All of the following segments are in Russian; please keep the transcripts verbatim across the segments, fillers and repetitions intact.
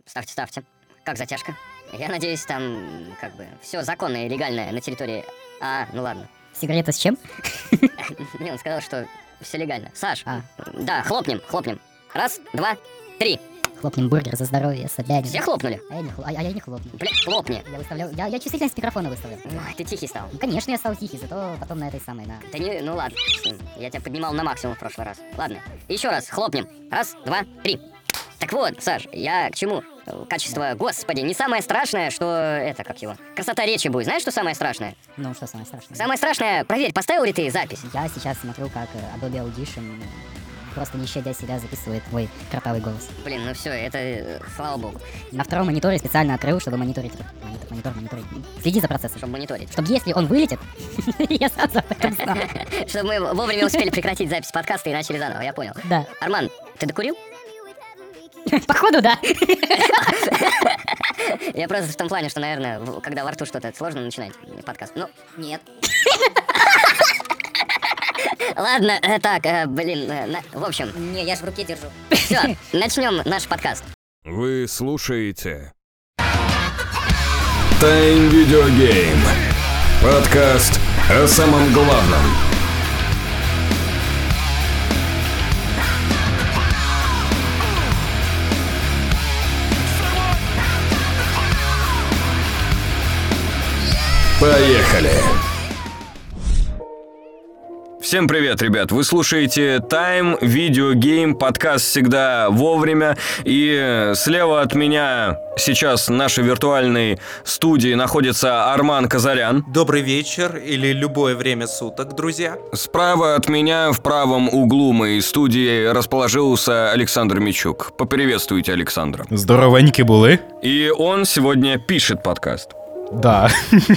Ставьте, ставьте. Как затяжка? Я надеюсь, там, как бы, все законное и легальное на территории... А, ну ладно. Сигарета с чем? Не, он сказал, что все легально. Саш, А. да, хлопнем, хлопнем. Раз, два, три. Хлопнем бургер за здоровье, Собянин. Все хлопнули? А я не, хл... а, а я не хлопну. Блин, хлопни. Я выставлял... Я, я чувствительность микрофона выставлял. Ой, ты тихий стал. Ну, конечно, я стал тихий, зато потом на этой самой, на... Да не, ну ладно, с ним. Я тебя поднимал на максимум в прошлый раз. Ладно, еще раз, хлопнем. Раз, два, три. Так вот, Саш, я к чему? Качество, господи, не самое страшное, что это, как его? Красота речи будет. Знаешь, что самое страшное? Ну, что самое страшное? Самое страшное, проверь, поставил ли ты запись? Я сейчас смотрю, как э, Adobe Audition просто не щадя себя записывает твой картавый голос. Блин, ну все, это, э, слава богу, На втором мониторе специально открыл, чтобы мониторить... Монитор, монитор, мониторить. Следи за процессом. чтобы мониторить. Чтобы если он вылетит, я сразу об этом знал. Чтобы мы вовремя успели прекратить запись подкаста и начали заново, я понял. Да. Арман, ты докурил? Походу, да. Я просто в том плане, что, наверное, в- когда во рту что-то сложно начинать подкаст. Ну, нет. Ладно, э, так, э, блин, э, на- в общем, Не, я же в руке держу. все, начнем наш подкаст. Вы слушаете Time Video Game. Подкаст о самом главном. Поехали! Всем привет, ребят! Вы слушаете Time Video Game, подкаст всегда вовремя. И слева от меня сейчас в нашей виртуальной студии находится Арман Казарян. Добрый вечер или любое время суток, друзья. Справа от меня в правом углу моей студии расположился Александр Мичук. Поприветствуйте Александра. Здоровенькі були. И он сегодня пишет подкаст. Да.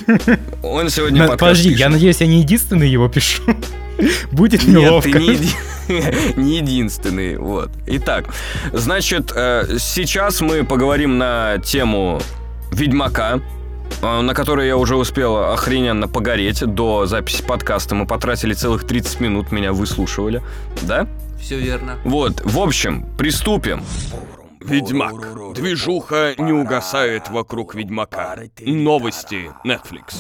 Он сегодня На- подкаст Подожди, пишет. я надеюсь, я не единственный его пишу. Будет Нет, неловко. ты не, еди- не единственный, вот. Итак, значит, э, сейчас мы поговорим на тему Ведьмака, э, на которой я уже успел охрененно погореть до записи подкаста. Мы потратили целых тридцать минут, меня выслушивали, да? Все верно. Вот, в общем, приступим. Ведьмак. Движуха не угасает вокруг Ведьмака. Новости Netflix.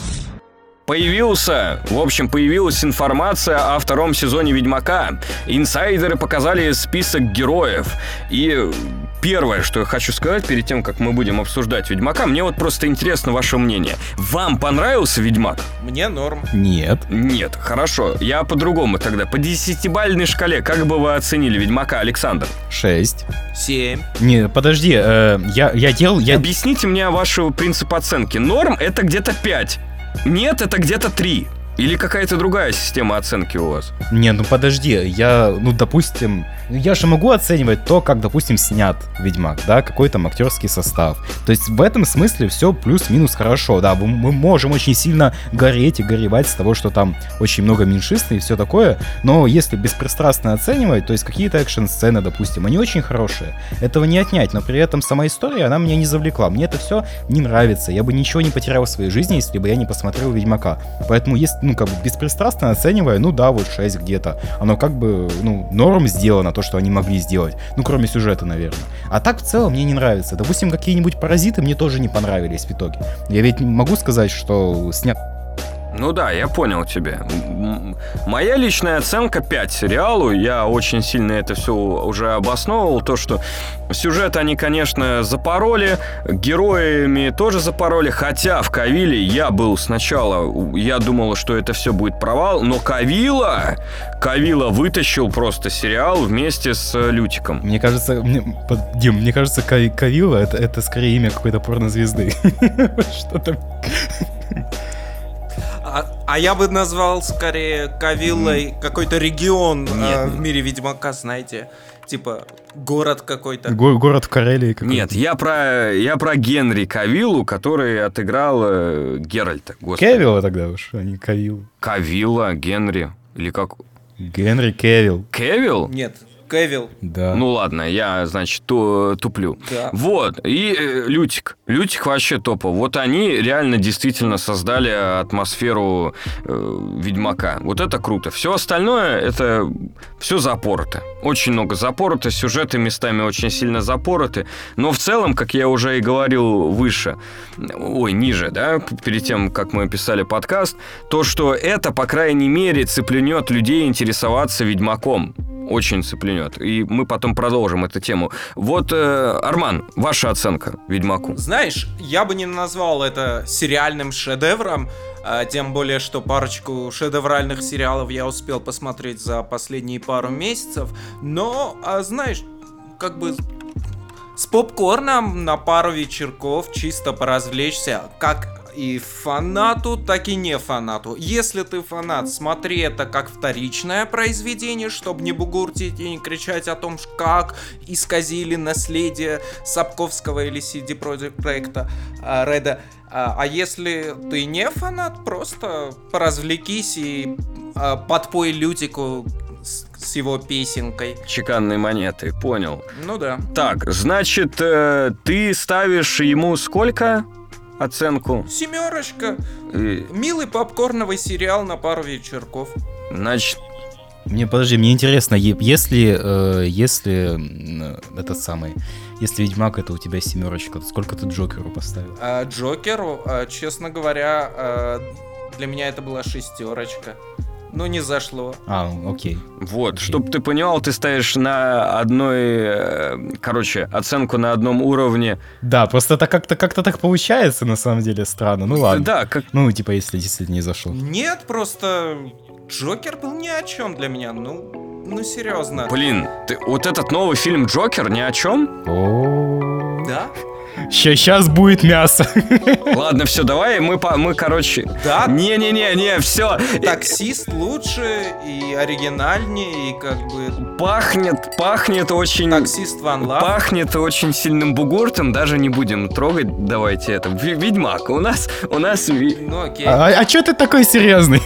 Появился, в общем, появилась информация о втором сезоне Ведьмака. Инсайдеры показали список героев. И первое, что я хочу сказать перед тем, как мы будем обсуждать Ведьмака, мне вот просто интересно ваше мнение. Вам понравился Ведьмак? Мне норм. Нет. Нет, хорошо. Я по-другому тогда. По десятибалльной шкале, как бы вы оценили Ведьмака, Александр? Шесть. Семь. Не, подожди, э, я, я делал... Я... Объясните мне ваш принцип оценки. Норм — это где-то пять. Нет, это где-то три. Или какая-то другая система оценки у вас? Не, ну подожди, я, ну, допустим... ну, Я же могу оценивать то, как, допустим, снят Ведьмак, да, какой там актерский состав. То есть в этом смысле все плюс-минус хорошо, да, мы мы можем очень сильно гореть и горевать с того, что там очень много меньшинств и все такое, но если беспристрастно оценивать, то есть какие-то экшн-сцены, допустим, они очень хорошие, этого не отнять, но при этом сама история, она меня не завлекла, мне это все не нравится, я бы ничего не потерял в своей жизни, если бы я не посмотрел Ведьмака, поэтому если, ну, как бы беспристрастно оценивая, ну да, вот шесть где-то, оно как бы, ну, норм сделано, то, что они могли сделать. Ну, кроме сюжета, наверное. А так, в целом, мне не нравится. Допустим, какие-нибудь «Паразиты» мне тоже не понравились в итоге. Я ведь могу сказать, что снят... Ну да, я понял тебя. М- Моя личная оценка пять сериалу. Я очень сильно это все уже обосновывал. То, что сюжет они, конечно, запороли, героями тоже запороли. Хотя в Кавилле я был сначала, я думал, что это все будет провал, но Кавилла, Кавилла вытащил просто сериал вместе с Лютиком. Мне кажется, мне, под- Дим, мне кажется, Кави- Кавилла это, это скорее имя какой-то порнозвезды. Что-то... А, а я бы назвал скорее Кавиллой какой-то регион Нет. э, в мире Ведьмака, знаете. Типа город какой-то. Го- город в Карелии какой-то. Нет, я про, я про Генри Кавиллу, который отыграл э, Геральта. Господи. Кевилла тогда уж, а не Кавилл. Кавилла, Генри. Или как? Генри Кевилл. Кевилл? Нет. Кевилл. Да. Ну ладно, я, значит, ту- туплю. Да. Вот, и э, Лютик. Лютик вообще топовый. Вот они реально действительно создали атмосферу э, Ведьмака. Вот это круто. Все остальное, это все запорото. Очень много запорото, сюжеты местами очень сильно запороты. Но в целом, как я уже и говорил выше, ой, ниже, да, перед тем, как мы писали подкаст, то, что это, по крайней мере, цепленет людей интересоваться Ведьмаком. Очень цепленет. И мы потом продолжим эту тему. Вот, э, Арман, ваша оценка Ведьмаку. Знаешь, я бы не назвал это сериальным шедевром, а, тем более, что парочку шедевральных сериалов я успел посмотреть за последние пару месяцев, но, а, знаешь, как бы с попкорном на пару вечерков чисто поразвлечься, как и фанату, так и не фанату. Если ты фанат, смотри это как вторичное произведение, чтобы не бугуртить и не кричать о том, как исказили наследие Сапковского или си ди Projekt проекта а, Реда. А, а если ты не фанат, просто поразвлекись и а, подпой Лютику с, с его песенкой. Чеканные монеты, понял. Ну да. Так, значит, э, ты ставишь ему сколько оценку? Семерочка. И, Милый попкорновый сериал на пару вечерков. значит, Мне, подожди, мне интересно, е- если, э, если м, этот самый, если Ведьмак это у тебя семерочка, то сколько ты Джокеру поставил? А Джокеру, а, честно говоря, а, для меня это была шестерочка. Ну, не зашло. А, окей. вот, чтобы ты понимал, ты ставишь на одной, э, короче, оценку на одном уровне. Да, просто это как-то как-то так получается, на самом деле, странно. Ну ладно. Да, как Ну, типа, если действительно не зашло. Нет, просто Джокер был ни о чем для меня. Ну, ну серьезно. Блин, ты, вот этот новый фильм «Джокер» ни о чем? О, Да? сейчас будет мясо. Ладно, все, давай мы, по, мы короче... Да. Не-не-не-не, все. Таксист лучше и оригинальнее, и как бы Пахнет, пахнет очень... таксист Ван Лав. Пахнет очень сильным бугуртом, даже не будем трогать, давайте это. В- Ведьмак, у нас, у нас... ви- Ну окей. А, а чё ты такой серьезный?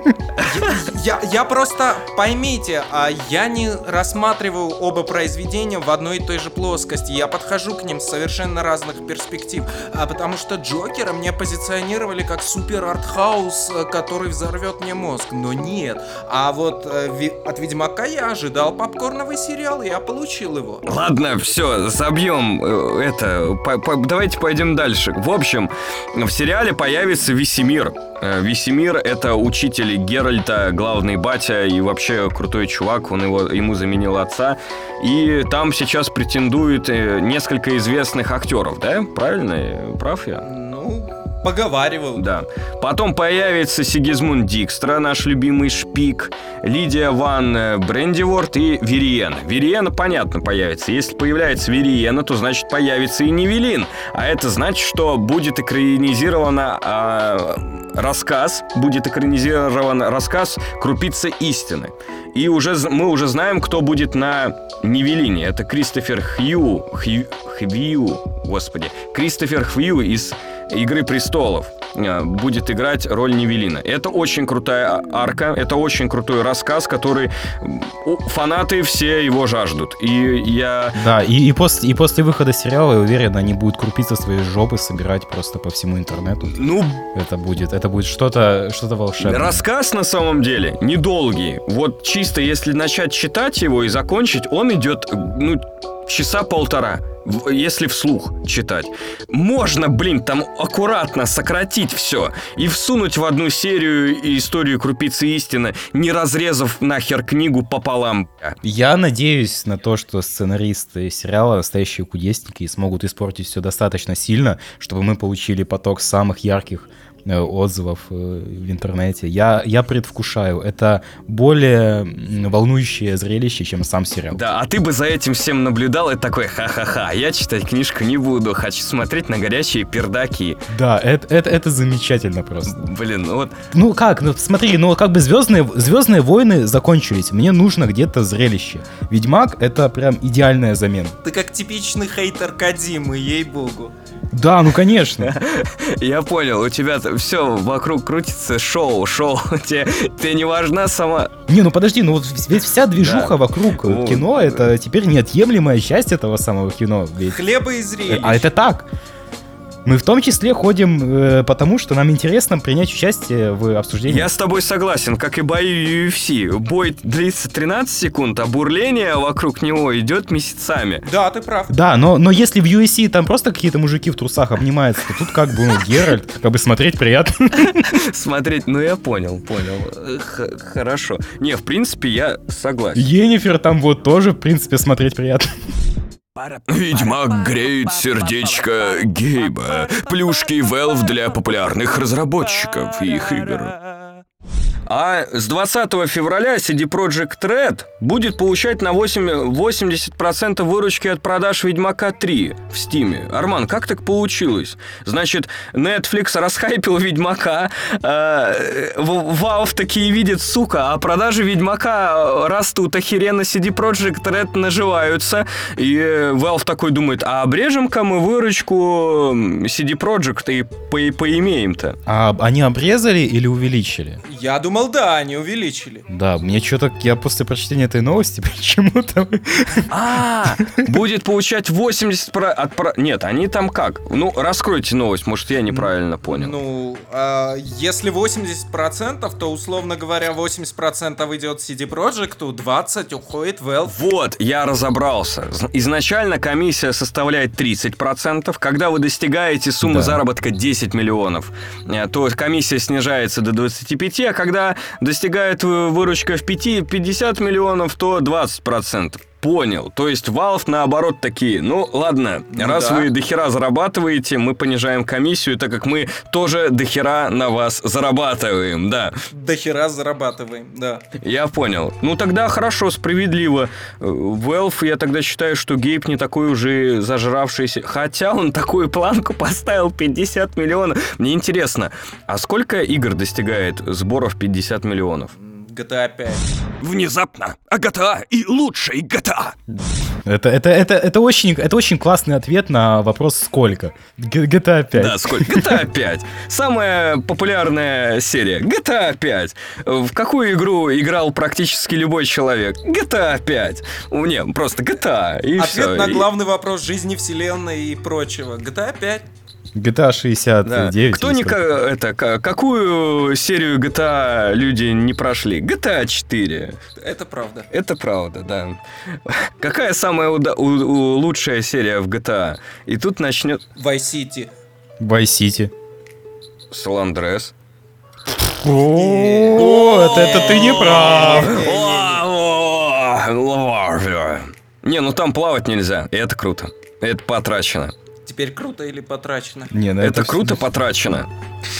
Я, я просто, поймите, а я не рассматриваю оба произведения в одной и той же плоскости. Я подхожу к ним с совершенно разных перспектив. А потому что Джокера мне позиционировали как супер артхаус, э, который взорвет мне мозг. Но нет. А вот э, ви- от Ведьмака я ожидал попкорновый сериал, и я получил его. Ладно, все, забьем э, это. По- по- давайте пойдем дальше. В общем, в сериале появится Весемир. Э, Весемир — это учитель Геральта, главный батя и вообще крутой чувак. Он его, ему заменил отца. И там сейчас претендует э, несколько известных актеров, да? Правильно? Э, Прав я? Ну, поговаривал. Да. Потом появится Сигизмунд Дикстра, наш любимый шпик, Лидия Ван э, Брендиворт и Вириена. Вириена, понятно, появится. Если появляется Вириена, то значит появится и Невелин. А это значит, что будет экранизировано э, рассказ, будет экранизирован рассказ «Крупица истины». И уже з- мы уже знаем, кто будет на Невелине. Это Кристофер Хью, Хью, Хью, господи, Кристофер Хью из «Игры престолов» э, будет играть роль Невелина. Это очень крутая арка, это очень крутой рассказ, который м, о, фанаты все его жаждут. И я... Да, и, и, после, и после выхода сериала, я уверен, они будут крупицы своей жопы собирать просто по всему интернету. Ну, Это будет, это будет что-то, что-то волшебное. рассказ на самом деле недолгий. Вот чисто если начать читать его и закончить, он идет, ну, часа полтора. В- Если вслух читать. Можно, блин, там аккуратно сократить все и всунуть в одну серию историю крупицы истины, не разрезав нахер книгу пополам. Я надеюсь на то, что сценаристы сериала «Настоящие кудесники» смогут испортить все достаточно сильно, чтобы мы получили поток самых ярких э, отзывов э, в интернете. Я, я предвкушаю. Это более м, волнующее зрелище, чем сам сериал. Да, а ты бы за этим всем наблюдал и такой: ха-ха-ха, я читать книжку не буду, хочу смотреть на горячие пердаки. Да, это, это, это замечательно просто. Блин, ну вот. Ну как, ну смотри, ну как бы Звездные, Звездные войны закончились, мне нужно где-то зрелище. Ведьмак — это прям идеальная замена. Ты как типичный хейтер Кодзимы, ей-богу. Да, ну конечно. Я понял, у тебя все вокруг крутится шоу, шоу. Тебе, тебе не важна сама... Не, ну подожди, ну вот ведь вся движуха Да. вокруг Вот. кино, это теперь неотъемлемая часть этого самого кино. Ведь... Хлеба и зрелищ. А это так. Мы в том числе ходим э, потому, что нам интересно принять участие в обсуждении. Я с тобой согласен, как и бои ю эф си. Бой длится тринадцать секунд, а бурление вокруг него идет месяцами. Да, ты прав. Да, но, но если в ю эф си там просто какие-то мужики в трусах обнимаются, то тут как бы, ну, Геральт, как бы смотреть приятно. Смотреть, ну я понял, понял. Х- хорошо. Не, в принципе, я согласен. Йеннифер там вот тоже, в принципе, смотреть приятно. Ведьмак греет сердечко Гейба. Плюшки Valve для популярных разработчиков и их игр. А с двадцатого февраля си ди Projekt Red будет получать на восемьдесят процентов выручки от продаж Ведьмака три в Стиме. Арман, как так получилось? Значит, Netflix расхайпил Ведьмака, э, Valve такие видит, сука, а продажи Ведьмака растут охеренно, си ди Projekt Red наживаются, и Valve такой думает, а обрежем-ка мы выручку си ди Projekt и по- поимеем-то. А они обрезали или увеличили? Я думал, да, они увеличили. Да, мне что-то, я после прочтения этой новости почему-то... А, будет получать восемьдесят про... от про... Нет, они там как? Ну, раскройте новость, может, я неправильно понял. Ну, а, если восемьдесят процентов, то, условно говоря, восемьдесят процентов идет си ди Projekt, двадцать процентов уходит Valve. Вот, я разобрался. З- Изначально комиссия составляет тридцать процентов. Когда вы достигаете суммы Да. заработка десять миллионов, э, то комиссия снижается до двадцати пяти, а когда достигает э, выручка в пяти- пятьдесят миллионов, то двадцать процентов. Понял. То есть Valve наоборот такие, ну ладно, Ну раз да. вы дохера зарабатываете, мы понижаем комиссию, так как мы тоже дохера на вас зарабатываем, да. До хера зарабатываем, да. Я понял. Ну тогда хорошо, справедливо. Э, Valve, я тогда считаю, что Гейб не такой уже зажравшийся. Хотя он такую планку поставил пятьдесят миллионов. Мне интересно, а сколько игр достигает сборов пятьдесят миллионов? джи ти эй пять. Внезапно, а джи ти эй и лучший джи ти эй. Это, это, это, это, очень, это очень классный ответ на вопрос «Сколько?». Г- джи ти эй пять. Да, сколько? джи ти эй пять. Самая популярная серия. джи ти эй пять. В какую игру играл практически любой человек? джи ти эй пять. Не, просто джи ти эй. И Ответ всё. на И- главный вопрос жизни, вселенной и прочего. джи ти эй пять. джи ти эй шестьдесят Да. девять. Кто или не сколько? это ка- какую серию джи ти эй люди не прошли? джи ти эй четыре. Это правда. Это правда, да. Какая самая уда- у- у- лучшая серия в джи ти эй? И тут начнет Vice City. Vice City. San Andreas. О, это, это ты не прав. Не, ну там плавать нельзя, и это круто. Это потрачено. Теперь круто или потрачено? Не, ну Это всё- круто потрачено.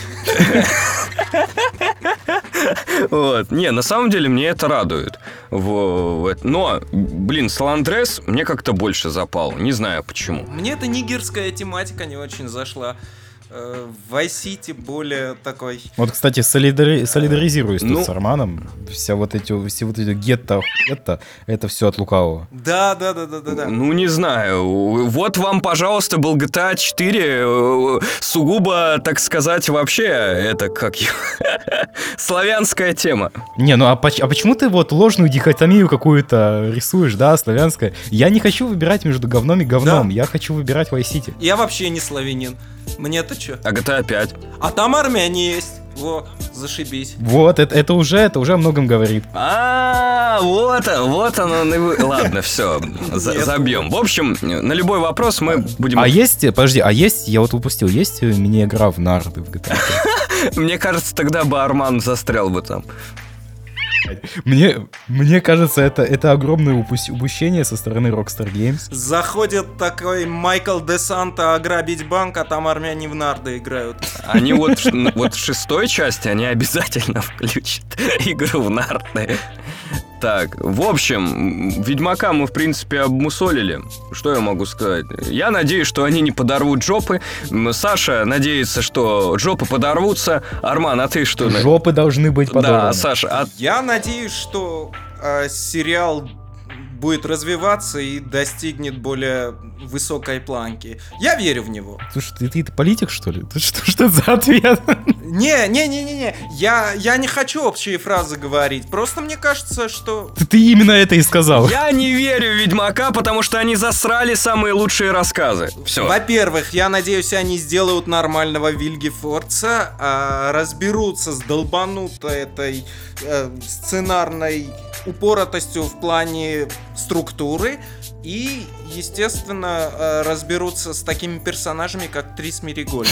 Вот. Не, на самом деле мне это радует. В- в- Но, блин, San Andreas мне как-то больше запал. Не знаю почему. Мне эта нигерская тематика не очень зашла. Э, Vice City более такой... Вот, кстати, солидари- солидаризируюсь Ну. тут с Арманом. Вся вот эти, все вот эти гетто, гетто, это все от лукавого. Да, да, да, да, да, да. Ну, не знаю. Вот вам, пожалуйста, был джи ти эй четыре. э, Сугубо, так сказать, вообще, это как его, славянская тема. Не, ну а, поч- а почему ты вот ложную дихотомию какую-то рисуешь, да, славянская? Я не хочу выбирать между говном и говном, Да. я хочу выбирать Vice City. Я вообще не славянин. Мне-то чё? А джи ти эй пять. А там армяне есть. Во, зашибись. Вот, это, это уже, это уже о многом говорит. А, вот, он- вот оно. наив- Ладно, все, Нет. забьем. В общем, на любой вопрос мы будем. А есть, подожди, а есть, я вот упустил, есть э, мини-игра в нарды в джи ти эй пять? Мне кажется, тогда бы Арман застрял бы там. Мне, мне кажется, это, это огромное упус- упущение со стороны Rockstar Games. Заходит такой Майкл де Санта ограбить банк, а там армяне в нарды играют. Они вот, ш- н- вот в шестой части они обязательно включат игру в нарты. Так, в общем, Ведьмака мы, в принципе, обмусолили. Что я могу сказать? Я надеюсь, что они не подорвут жопы. М, Саша надеется, что жопы подорвутся. Арман, а ты что? Жопы должны быть Да, подорваны. Саша, а Я надеюсь, что э, сериал будет развиваться и достигнет более высокой планки. Я верю в него. Слушай, ты, ты, ты политик, что ли? Ты что, что это за ответ? Не, не, не, не, не. Я, я не хочу общие фразы говорить. Просто мне кажется, что... Ты, ты именно это и сказал. Я не верю в Ведьмака, потому что они засрали самые лучшие рассказы. Все. Во-первых, я надеюсь, они сделают нормального Вильгефорца, а, разберутся с долбанутой этой э, сценарной упоротостью в плане структуры и, естественно, э, разберутся с такими персонажами, как Трис Меригольд.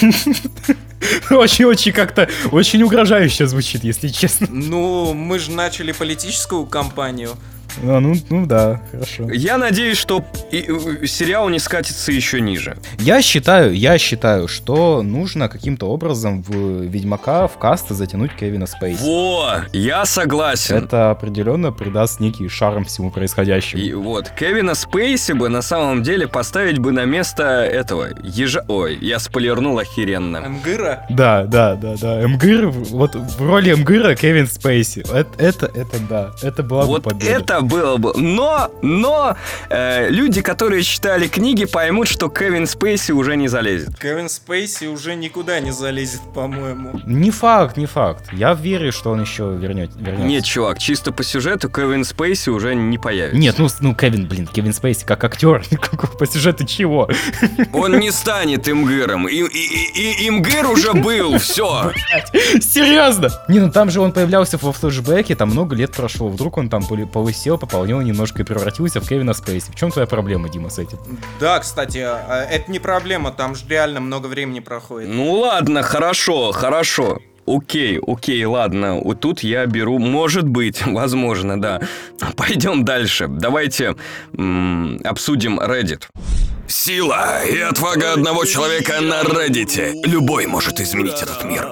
Очень-очень как-то, очень угрожающе звучит, если честно. Ну, мы же начали политическую кампанию. А, ну, ну да, хорошо. Я надеюсь, что и, и, сериал не скатится еще ниже. Я считаю, я считаю, что нужно каким-то образом в Ведьмака в каст затянуть Кевина Спейси. Во, я согласен. Это определенно придаст некий шарм всему происходящему. И вот, Кевина Спейси бы на самом деле поставить бы на место этого ежа... Ой, я спойлернул охеренно. Мгыра? Да, да, да, да. Мгыр, вот в роли Мгыра Кевин Спейси. Это, это, это да, это была Вот бы победа. это было бы. Но, но э, люди, которые читали книги, поймут, что Кевин Спейси уже не залезет. Кевин Спейси уже никуда не залезет, по-моему. Не факт, не факт. Я верю, что он еще вернет, вернется. Нет, чувак, чисто по сюжету Кевин Спейси уже не появится. Нет, ну, ну Кевин, блин, Кевин Спейси как актер. По сюжету чего? Он не станет Имгыром. И, и, и, Имгыр уже был, все. Серьезно? Не, ну там же он появлялся во флешбеке, там много лет прошло. Вдруг он там повысел, пополнил немножко и превратился в Кевина Спейси. В чем твоя проблема, Дима, с этим? Да, кстати, это не проблема, там же реально много времени проходит. Ну ладно, хорошо, хорошо. Окей, окей, ладно, вот тут я беру, может быть, возможно, да. Пойдем дальше. Давайте м- обсудим Reddit. Сила и отвага одного человека на Reddit. Любой может изменить этот мир.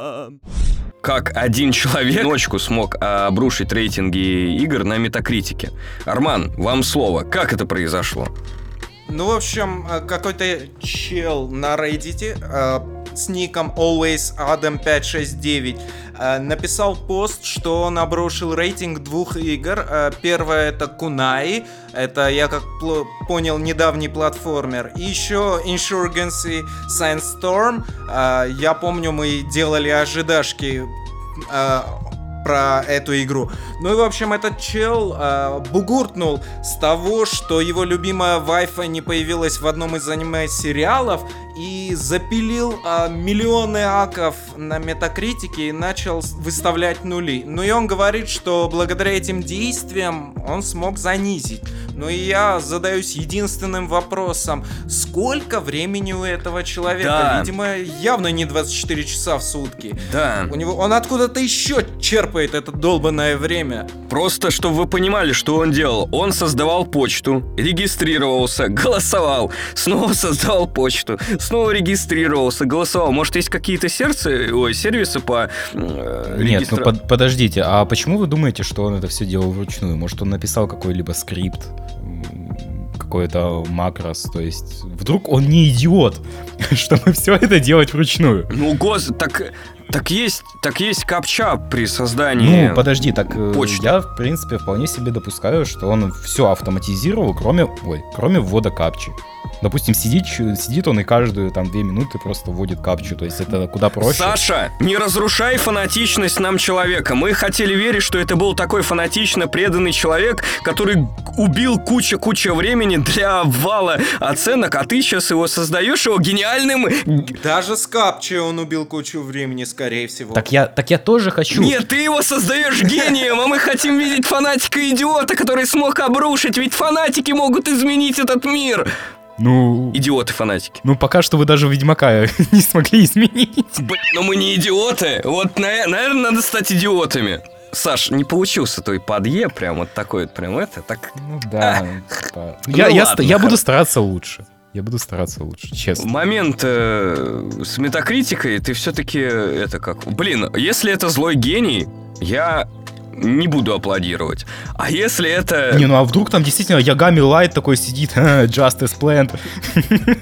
Как один человек в ночку смог обрушить рейтинги игр на Метакритике. Арман, вам слово. Как это произошло? Ну, в общем, какой-то чел на Reddit э, с ником always adam пять шесть девять э, написал пост, что он обрушил рейтинг двух игр. Э, первая это Kunai, это, я как пл- понял, недавний платформер. И еще Insurgency Sandstorm. Э, я помню, мы делали ожидашки э, про эту игру. Ну и, в общем, этот чел э, бугуртнул с того, что его любимая вайфа не появилась в одном из аниме-сериалов, и запилил э, миллионы аков на Метакритике и начал выставлять нули. Ну и он говорит, что благодаря этим действиям он смог занизить. Ну и я задаюсь единственным вопросом: сколько времени у этого человека? Да. Видимо, явно не двадцать четыре часа в сутки. Да. У него, он откуда-то еще черпает это долбанное время. Просто, чтобы вы понимали, что он делал. Он создавал почту, регистрировался, голосовал, снова создавал почту, снова регистрировался, голосовал. Может, есть какие-то сердца, ой, сервисы по э, Нет, регистра... ну под, подождите, а почему вы думаете, что он это все делал вручную? Может, он написал какой-либо скрипт, какой-то макрос, то есть вдруг он не идиот, чтобы все это делать вручную? Ну, гос... так... Так есть, так есть капча при создании. Ну, подожди, так э, почты. я, в принципе, вполне себе допускаю, что он все автоматизировал, кроме, ой, кроме ввода капчи. Допустим, сидит, сидит он и каждую там две минуты просто вводит капчу, то есть это куда проще. Саша, не разрушай фанатичность нам человека. Мы хотели верить, что это был такой фанатично преданный человек, который убил куча-куча времени для обвала оценок, а ты сейчас его создаешь его гениальным... Даже с капчей он убил кучу времени, скорее всего. Так я, так я тоже хочу. Нет, ты его создаешь гением, а мы хотим видеть фанатика-идиота, который смог обрушить, ведь фанатики могут изменить этот мир. Ну... Идиоты-фанатики. Ну, пока что вы даже Ведьмака не смогли изменить. Блин, но мы не идиоты. Вот, наверное, надо стать идиотами. Саш, не получился твой подъе, прям вот такой вот, прям это, так... Ну да. типа. Ну Я, я, ладно, я буду хорошо. стараться лучше. Я буду стараться лучше, честно. Момент э, с метакритикой, ты все-таки это как... Блин, если это злой гений, я не буду аплодировать. А если это... Не, ну а вдруг там действительно Ягами Лайт такой сидит, Justice Plant.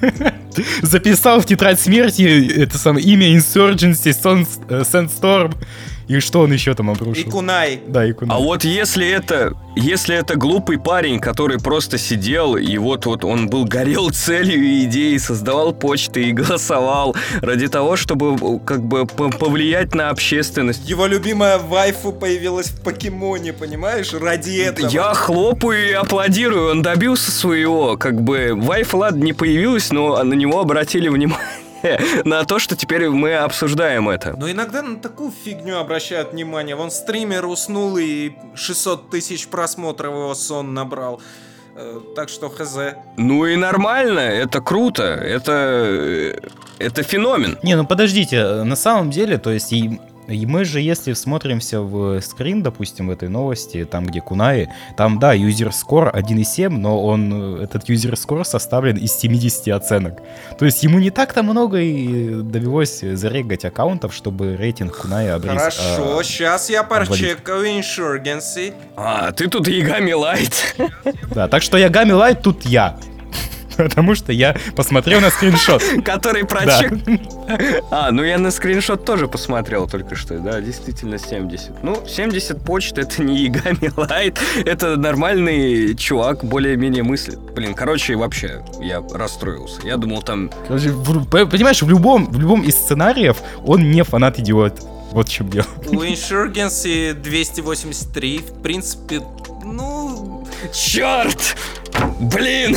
записал в тетрадь смерти это самое имя Insurgency, Sun- э, Sandstorm, и что он еще там обрушил? И Кунай. Да, и Кунай. А вот если это, если это глупый парень, который просто сидел, и вот, вот он был, горел целью и идеей, создавал почты и голосовал ради того, чтобы как бы по- повлиять на общественность. Его любимая вайфу появилась в покемоне, понимаешь? Ради этого. Я хлопаю и аплодирую, он добился своего. Как бы вайф, ладно, не появилась, но на него обратили внимание. На то, что теперь мы обсуждаем это. Но иногда на такую фигню обращают внимание. Вон стример уснул и шестьсот тысяч просмотров его сон набрал. Э, так что хз. Ну и нормально, это круто, это, это феномен. Не, ну подождите, на самом деле, то есть и, и мы же, если всмотримся в скрин, допустим, в этой новости, там, где Кунаи, там, да, юзер-скор один и семь, но он, этот юзер-скор составлен из семидесяти оценок. То есть ему не так-то много и довелось зарегать аккаунтов, чтобы рейтинг Кунаи обрез... Хорошо, а, сейчас я обвалить. прочекаю Insurgency. А, ты тут Ягами Лайт. Да, так что Ягами Лайт тут я. Потому что я посмотрел на скриншот. Который прочек. А, ну я на скриншот тоже посмотрел только что. Да, действительно семьдесят. Ну, семьдесят почт — это не Ягами Лайт. Это нормальный чувак, более-менее мыслит. Блин, короче, вообще, я расстроился. Я думал, там... Короче, в- понимаешь, в любом, в любом из сценариев он не фанат-идиот. Вот в чем дело. У Insurgency двести восемьдесят три, в принципе, ну... Черт! Блин!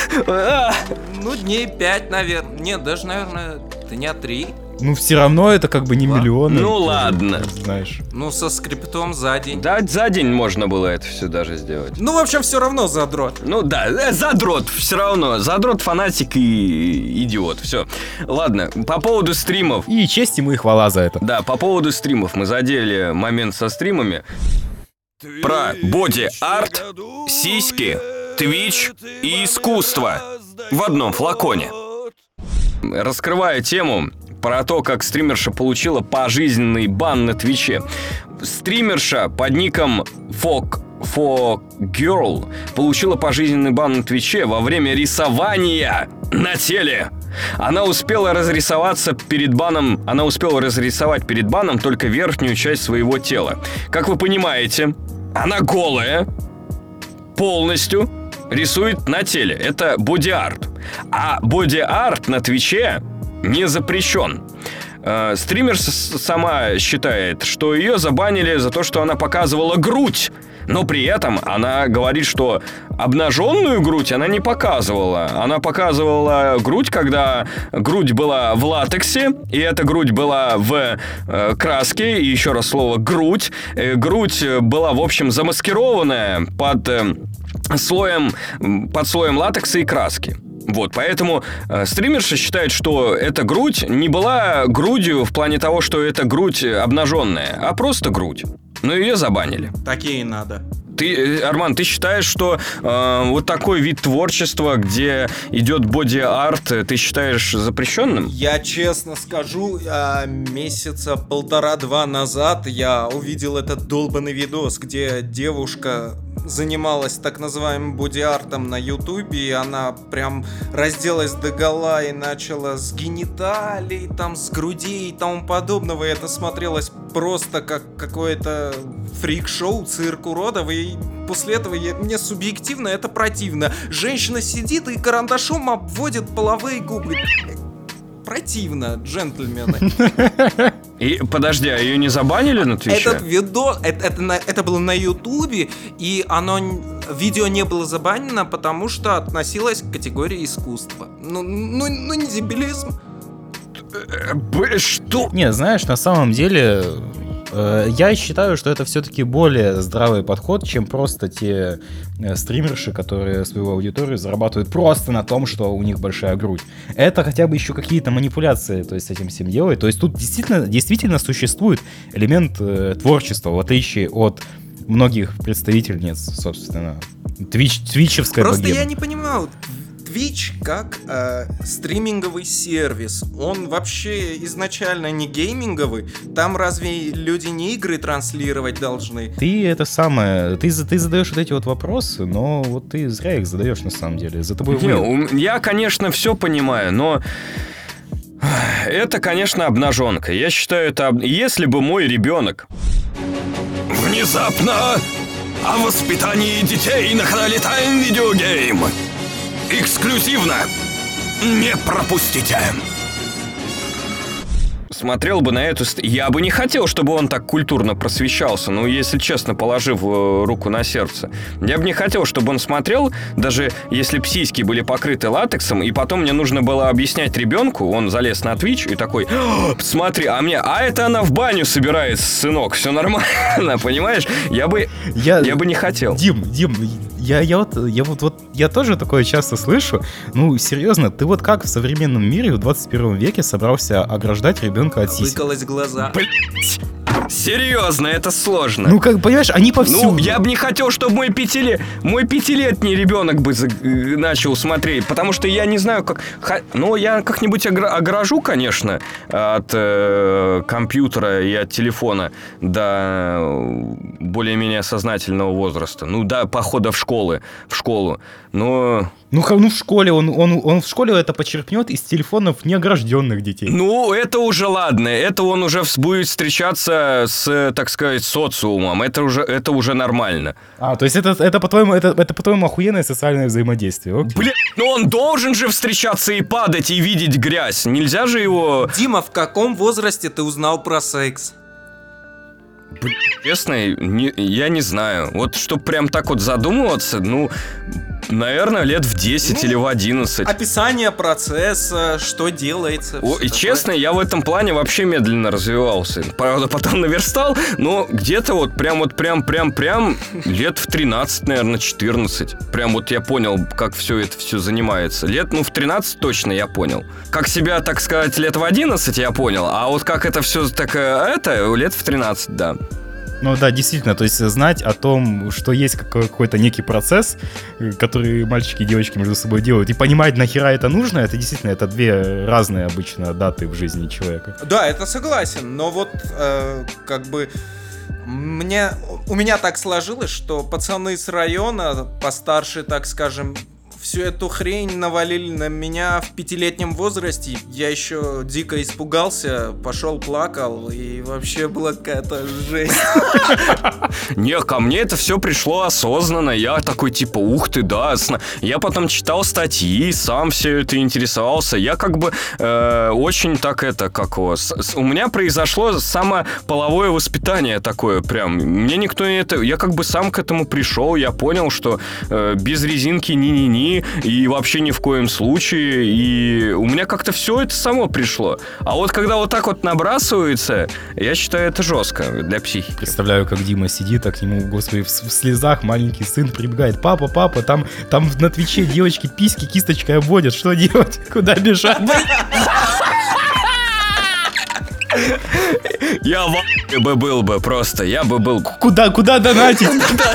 А! Ну, дней пять, наверное. Нет, даже, наверное, дня три. Ну, все равно это как бы не Ладно. миллионы. Ну, ты ладно. Знаешь. Ну, со скриптом за день. Да, за день можно было это все даже сделать. Ну, в общем, все равно задрот. Ну да, э, задрот, все равно. Задрот, фанатик и идиот. Все. Ладно, по поводу стримов. И честь ему и хвала за это. Да, по поводу стримов. Мы задели момент со стримами. Про боди-арт, сиськи, твич и искусство в одном флаконе. Раскрываю тему про то, как стримерша получила пожизненный бан на Твиче. Стримерша под ником Fog For Girl получила пожизненный бан на Твиче во время рисования на теле. Она успела разрисоваться перед баном, она успела разрисовать перед баном только верхнюю часть своего тела. Как вы понимаете, она голая, полностью рисует на теле. Это боди-арт. А боди-арт на Твиче не запрещен. Э, стример с- сама считает, что ее забанили за то, что она показывала грудь. Но при этом она говорит, что обнаженную грудь она не показывала. Она показывала грудь, когда грудь была в латексе, и эта грудь была в э, краске, и еще раз слово «грудь». Э, грудь была, в общем, замаскированная под э, слоем, под слоем латекса и краски. Вот, поэтому э, стримерша считает, что эта грудь не была грудью в плане того, что это грудь обнаженная, а просто грудь. Но ее забанили. Такие надо. Ты, Арман, ты считаешь, что э, вот такой вид творчества, где идет боди-арт, ты считаешь запрещенным? Я честно скажу, а, месяца полтора-два назад я увидел этот долбанный видос, где девушка занималась так называемым боди-артом на ютубе, и она прям разделась догола и начала с гениталий, там, с грудей и тому подобного, и это смотрелось просто как какое-то фрик-шоу, цирк уродов, и после этого я, мне субъективно это противно. Женщина сидит и карандашом обводит половые губы. Противно, джентльмены. И подожди, а ее не забанили на Твиче? Этот видос, это, это, на- это было на ютубе, и оно, н- видео не было забанено, потому что относилось к категории искусства. Ну, ну, ну не дебилизм. Э, б- Что? Не, знаешь, на самом деле, э, я считаю, что это все-таки более здравый подход, чем просто те э, стримерши, которые свою аудиторию зарабатывают просто на том, что у них большая грудь. Это хотя бы еще какие-то манипуляции, то есть с этим всем делает. То есть тут действительно, действительно существует элемент э, творчества, в отличие от многих представительниц, собственно, твич, твичевской Просто богемы. я не понимаю, Twitch как э, стриминговый сервис, он вообще изначально не гейминговый. Там разве люди не игры транслировать должны? Ты это самое, ты, за- ты задаешь вот эти вот вопросы, но вот ты зря их задаешь на самом деле. За тобой Не, вы- у- я, конечно, все понимаю, но это, конечно, обнаженка. Я считаю, это об- если бы мой ребенок внезапно о воспитании детей на канале Time Video Game. Эксклюзивно. Не пропустите. Смотрел бы на эту... ст- Я бы не хотел, чтобы он так культурно просвещался, ну, если честно, положив э, руку на сердце. Я бы не хотел, чтобы он смотрел, даже если б сиськи были покрыты латексом, и потом мне нужно было объяснять ребенку, он залез на Twitch и такой: «О, смотри, а мне... А это она в баню собирается, сынок, все нормально, понимаешь? Я бы... Я, Я бы не хотел. Дим, Дим, я, я вот, я вот, вот, я тоже такое часто слышу. Ну, серьезно, ты вот как в современном мире в двадцать первом веке собрался ограждать ребенка от сисек? Выколоть глаза. Блять, серьезно, это сложно. Ну, как, понимаешь, они повсюду. Ну, я бы не хотел, чтобы мой, пятиле... мой пятилетний ребенок бы за- э, начал смотреть, потому что я не знаю, как... Ха- Ну, я как-нибудь огра- огражу, конечно, от э, компьютера и от телефона до э, более-менее сознательного возраста. Ну, до похода в школы, в школу. Но... Ну, ха- ну в школе он, он, он в школе это почерпнет из телефонов неогражденных детей. Ну, это уже ладно. Это он уже вс- будет встречаться с, так сказать, социумом. Это уже, это уже нормально. А, то есть это, это по-твоему, это, это по-твоему охуенное социальное взаимодействие. Окей. Блин, ну он должен же встречаться и падать, и видеть грязь. Нельзя же его... Дима, в каком возрасте ты узнал про секс? Честно, не- я не знаю. Вот чтоб прям так вот задумываться, ну, наверное, лет в десять Ну, или в одиннадцать. Описание процесса, что делается. О, всё и такое. честно, я в этом плане вообще медленно развивался. Правда, потом наверстал, но где-то вот прям вот прям прям прям лет в тринадцать, наверное, четырнадцать. Прям вот я понял, как все это все занимается. Лет, ну, в тринадцать точно я понял. Как себя, так сказать, лет в одиннадцать я понял, а вот как это все так, э, это, лет в тринадцать, да. Ну да, действительно, то есть знать о том, что есть какой- какой-то некий процесс, э, который мальчики и девочки между собой делают, и понимать, нахера это нужно, это действительно, это две разные обычно даты в жизни человека. Да, это согласен, но вот э, как бы мне, у меня так сложилось, что пацаны с района, постарше, так скажем, всю эту хрень навалили на меня в пятилетнем возрасте. Я еще дико испугался, пошел плакал, и вообще была какая-то жесть. Не, ко мне это все пришло осознанно. Я такой, типа, ух ты, да. сна- Я потом читал статьи, сам все это интересовался. Я как бы э, очень так это, как его... с- с- У меня произошло само половое воспитание такое прям. Мне никто не это... Я как бы сам к этому пришел. Я понял, что э, без резинки ни-ни-ни. И вообще ни в коем случае. И у меня как-то все это само пришло. А вот когда вот так вот набрасывается, я считаю, это жестко для психики. Представляю, как Дима сидит, а к нему, господи, в, с- в слезах маленький сын прибегает. Папа, папа, там, там на Твиче девочки письки кисточкой обводят. Что делать? Куда бежать? Я в а**е бы был бы просто. Я бы был... Куда, куда донатить?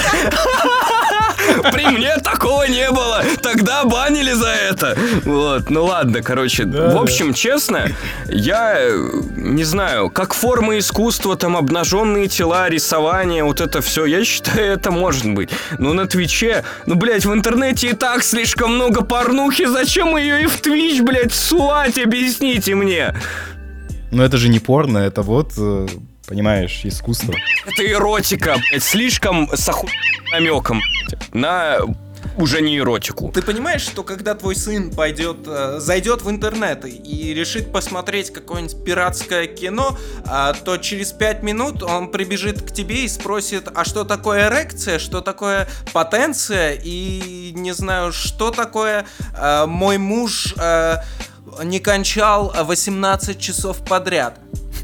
При мне такого не было. Тогда банили за это. Вот, ну ладно, короче. Да, в общем, честно, я э, не знаю, как форма искусства, там обнаженные тела, рисование, вот это все, я считаю, это может быть. Но на Твиче, ну, блядь, в интернете и так слишком много порнухи. Зачем ее и в Твич, блядь, сувать, объясните мне? Но это же не порно, это вот, э, понимаешь, искусство. Это эротика, блядь, слишком с оху... намеком на уже не эротику. Ты понимаешь, что когда твой сын пойдет, э, зайдет в интернет и решит посмотреть какое-нибудь пиратское кино, а, то через пять минут он прибежит к тебе и спросит, а что такое эрекция, что такое потенция и не знаю, что такое э, мой муж э, не кончал восемнадцать часов подряд.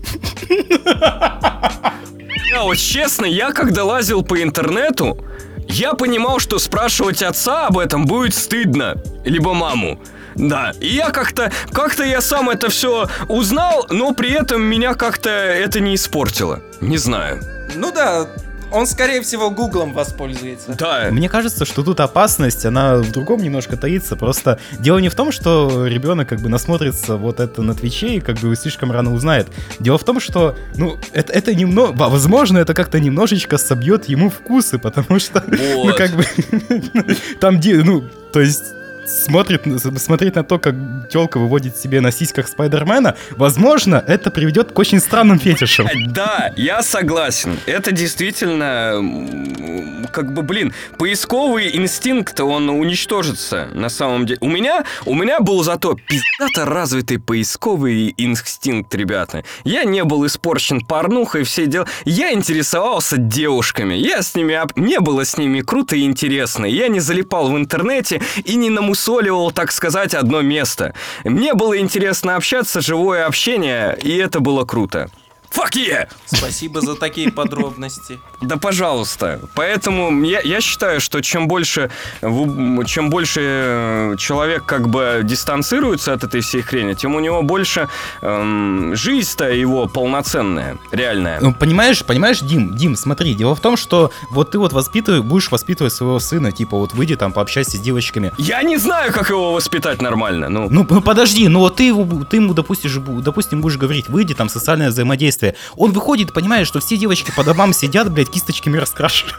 Я вот честно, я когда лазил по интернету, я понимал, что спрашивать отца об этом будет стыдно. Либо маму. Да, и я как-то, как-то я сам это все узнал, но при этом меня как-то это не испортило. Не знаю. Ну да, он, скорее всего, гуглом воспользуется. Да. Мне кажется, что тут опасность, она в другом немножко таится. Просто дело не в том, что ребенок как бы насмотрится вот это на Твиче и как бы слишком рано узнает. Дело в том, что, ну, это, это немного, возможно, это как-то немножечко собьет ему вкусы, потому что, Вот. ну, как бы, там, де- ну, то есть... Смотрит, смотреть на то, как телка выводит себе на сиськах Спайдермена, возможно, это приведет к очень странным фетишам. Да, я согласен. Это действительно, м, как бы, блин, поисковый инстинкт, он уничтожится на самом деле. У меня, у меня был зато пиздато развитый поисковый инстинкт, ребята. Я не был испорчен порнухой, все дела. Я интересовался девушками. Я с ними, об- мне было с ними круто и интересно. Я не залипал в интернете и не намусоливал, так сказать, одно место. Мне было интересно общаться, живое общение, и это было круто. Fuck yeah! Спасибо за такие подробности. Да, пожалуйста. Поэтому я, я считаю, что чем больше, в- чем больше человек как бы дистанцируется от этой всей хрени, тем у него больше эм, жизнь-то его полноценная, реальная. Ну, понимаешь, понимаешь, Дим, Дим, смотри, дело в том, что вот ты вот воспитываешь, будешь воспитывать своего сына, типа вот выйди там, пообщайся с девочками. Я не знаю, как его воспитать нормально. Ну, Ну, п- подожди, ну вот ты, его- ты ему, допустим, допустим, будешь говорить, выйди, там, социальное взаимодействие. Он выходит, понимаешь, что все девочки по домам сидят, блядь, кисточками раскрашены.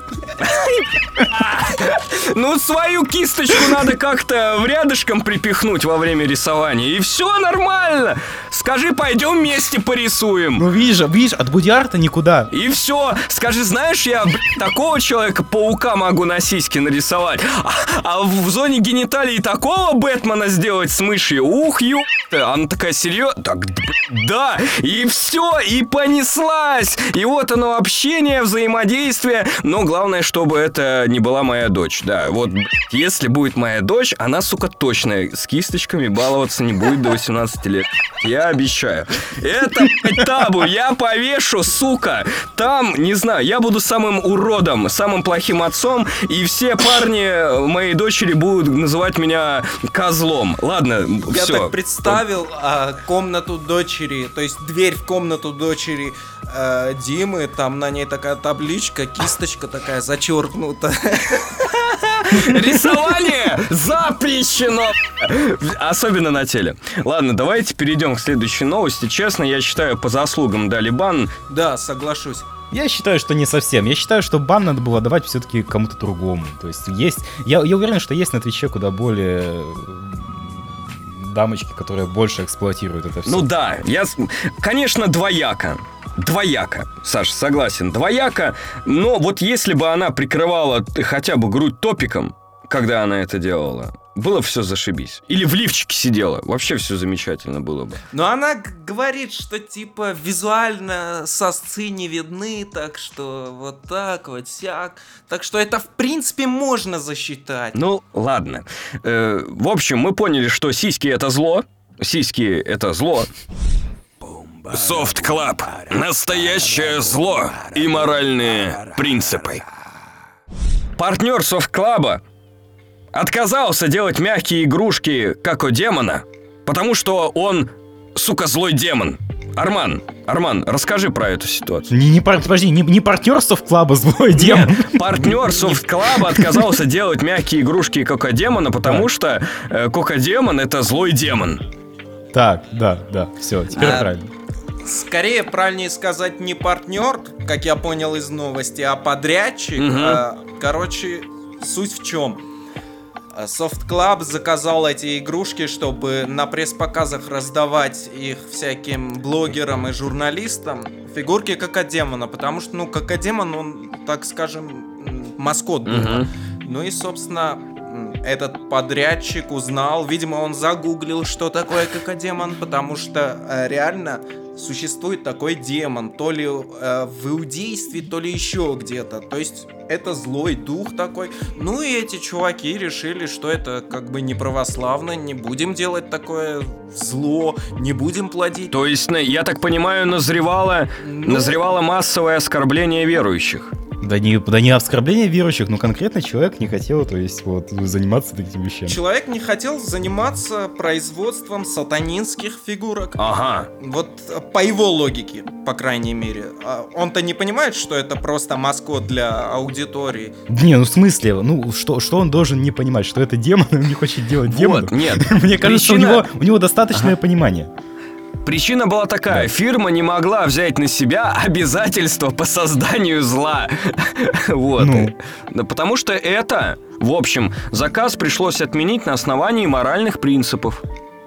ну свою кисточку надо как-то в рядышком припихнуть во время рисования, и все нормально. Скажи, пойдем вместе порисуем. Ну, видишь, видишь, от боди-арта никуда. И все. Скажи, знаешь, я, блядь, такого человека-паука могу на сиськи нарисовать, а, а в зоне гениталий такого Бэтмена сделать с мышью. Ух, ё... Она такая, серьезно? Так, блядь, да. И все, и понеслась. И вот оно, общение, взаимодействие. Но главное, чтобы это не была моя дочь. Да, вот, блядь, если будет моя дочь, она, сука, точно с кисточками баловаться не будет до восемнадцати лет. Я обещаю. Это, блядь, табу. Я повешу, сука. Там, не знаю, я буду самым уродом, самым плохим отцом, и все парни моей дочери будут называть меня козлом. Ладно, Я все. так представил а, комнату дочери, то есть дверь в комнату дочери э, Димы, там на ней такая табличка, кисточка такая зачеркнута. Рисование запрещено. Особенно на теле. Ладно, давайте перейдем к следующей новости. Честно, я считаю, по заслугам дали бан. Да, соглашусь. Я считаю, что не совсем. Я считаю, что бан надо было давать все-таки кому-то другому. То есть есть... Я, я уверен, что есть на Твиче куда более м, дамочки, которые больше эксплуатируют это все. Ну да, я, с- конечно, двояко. Двояко, Саша, согласен, двояко. Но вот если бы она прикрывала т- хотя бы грудь топиком, когда она это делала, было все зашибись. Или в лифчике сидела, вообще все замечательно было бы. Но она г- говорит, что типа визуально сосцы не видны, так что вот так вот сяк. Так что это в принципе можно засчитать. Ну, ладно. Э, в общем, мы поняли, что сиськи это зло. Сиськи это зло. Soft Club. Настоящее зло и моральные принципы. Партнер Soft Club отказался делать мягкие игрушки как у демона, потому что он, сука, злой демон. Арман, Арман, расскажи про эту ситуацию. Не, не, пар- подожди, не, не партнерство в клаба злой демон. Нет, партнер Soft Club отказался делать мягкие игрушки Кока-демона, потому Так. что э, Кока-демон это злой демон. Так, да, да, все, теперь А, правильно. Скорее, правильнее сказать, не партнер, как я понял из новости, а подрядчик. Мгм. А, короче, суть в чем? Soft Club заказал эти игрушки, чтобы на пресс-показах раздавать их всяким блогерам и журналистам. Фигурки Кока-демона, потому что, ну, Кока-демон, он, так скажем, м, маскот был. Мгм. Ну и, собственно, м, этот подрядчик узнал, видимо, он загуглил, что такое Кока-демон, потому что э, реально существует такой демон, то ли э, в иудействе, то ли еще где-то. То есть это злой дух такой. Ну и эти чуваки решили, что это как бы не православно, не будем делать такое зло, не будем плодить. То есть, на- я так понимаю, назревало, Ну, назревало массовое оскорбление верующих. Да не, да не оскорбление верующих, но конкретно человек не хотел, то есть, вот, заниматься такими вещами. Человек не хотел заниматься производством сатанинских фигурок. Ага. Вот по его логике, по крайней мере. А он-то не понимает, что это просто маскот для аудитории. Не, ну в смысле, ну что, что он должен не понимать, что это демон, и он не хочет делать демона? Вот, нет. Мне кажется, у Причина- него, у него достаточное понимание. Причина была такая, фирма не могла взять на себя обязательства по созданию зла. Вот. Ну. Да, потому что это, в общем, заказ пришлось отменить на основании моральных принципов.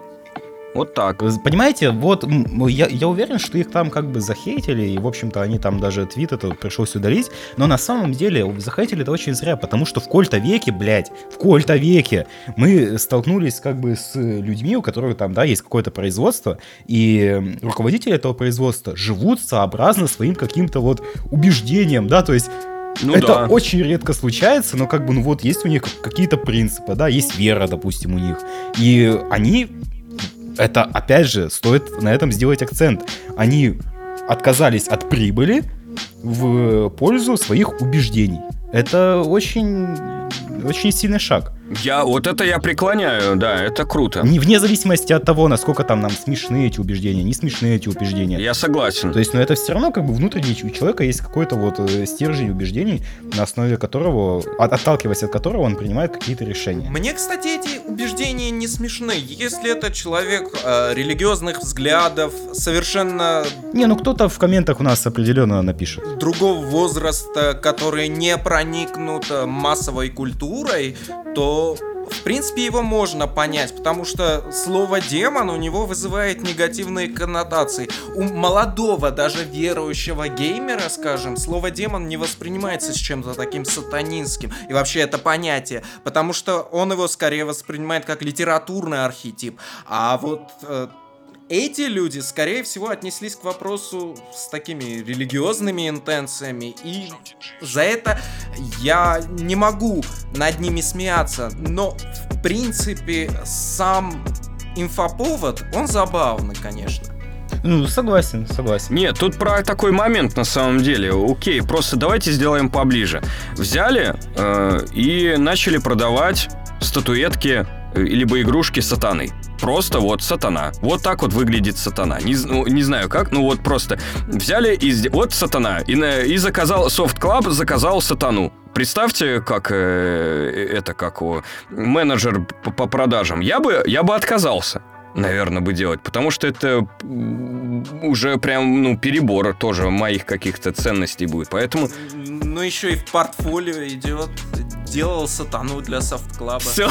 Вот так. Вы Понимаете, вот м, я, я уверен, что их там как бы захейтили, и, в общем-то, они там даже твит этот пришлось удалить, но на самом деле захейтили это очень зря, потому что в кои-то веке, блядь, в кои-то веке мы столкнулись как бы с людьми, у которых там, да, есть какое-то производство, и руководители этого производства живут сообразно своим каким-то вот убеждениям, да, то есть Ну это да. очень редко случается, но как бы, ну вот, есть у них какие-то принципы, да, есть вера, допустим, у них, и они... Это, опять же, стоит на этом сделать акцент. Они отказались от прибыли в пользу своих убеждений. Это очень, очень сильный шаг. Я, вот это я преклоняю, да, это круто. Не вне зависимости от того, насколько там нам смешны эти убеждения, не смешны эти убеждения. Я согласен. То есть, ну это все равно как бы внутренне у человека есть какой-то вот э, стержень убеждений, на основе которого, от- отталкиваясь от которого он принимает какие-то решения. Мне, кстати, эти убеждения не смешны. Если это человек э, религиозных взглядов, совершенно Не, ну кто-то в комментах у нас определенно напишет. другого возраста, который не проникнут э, массовой культурой, то в принципе его можно понять, потому что слово демон у него вызывает негативные коннотации. У молодого, даже верующего геймера, скажем, слово демон не воспринимается с чем-то таким сатанинским. И вообще это понятие, потому что он его скорее воспринимает как литературный архетип. А вот э, эти люди, скорее всего, отнеслись к вопросу с такими религиозными интенциями, и за это я не могу над ними смеяться, но, в принципе, сам инфоповод, он забавный, конечно. Ну, согласен, согласен. Нет, тут про такой момент на самом деле. Окей, просто давайте сделаем поближе. Взяли э, и начали продавать статуэтки э, либо игрушки с сатаной. Просто вот сатана. Вот так вот выглядит сатана. Не, з- ну, не знаю как, ну вот просто взяли и сде- вот сатана. И, на- и заказал, Soft Club заказал сатану. Представьте, как э, это, как его, менеджер по, по продажам. Я бы, я бы отказался, наверное, бы делать, потому что это м, уже прям, ну, перебор тоже моих каких-то ценностей будет. Поэтому Ну, еще и в портфолио идет. Делал сатану для софт-клаба. все,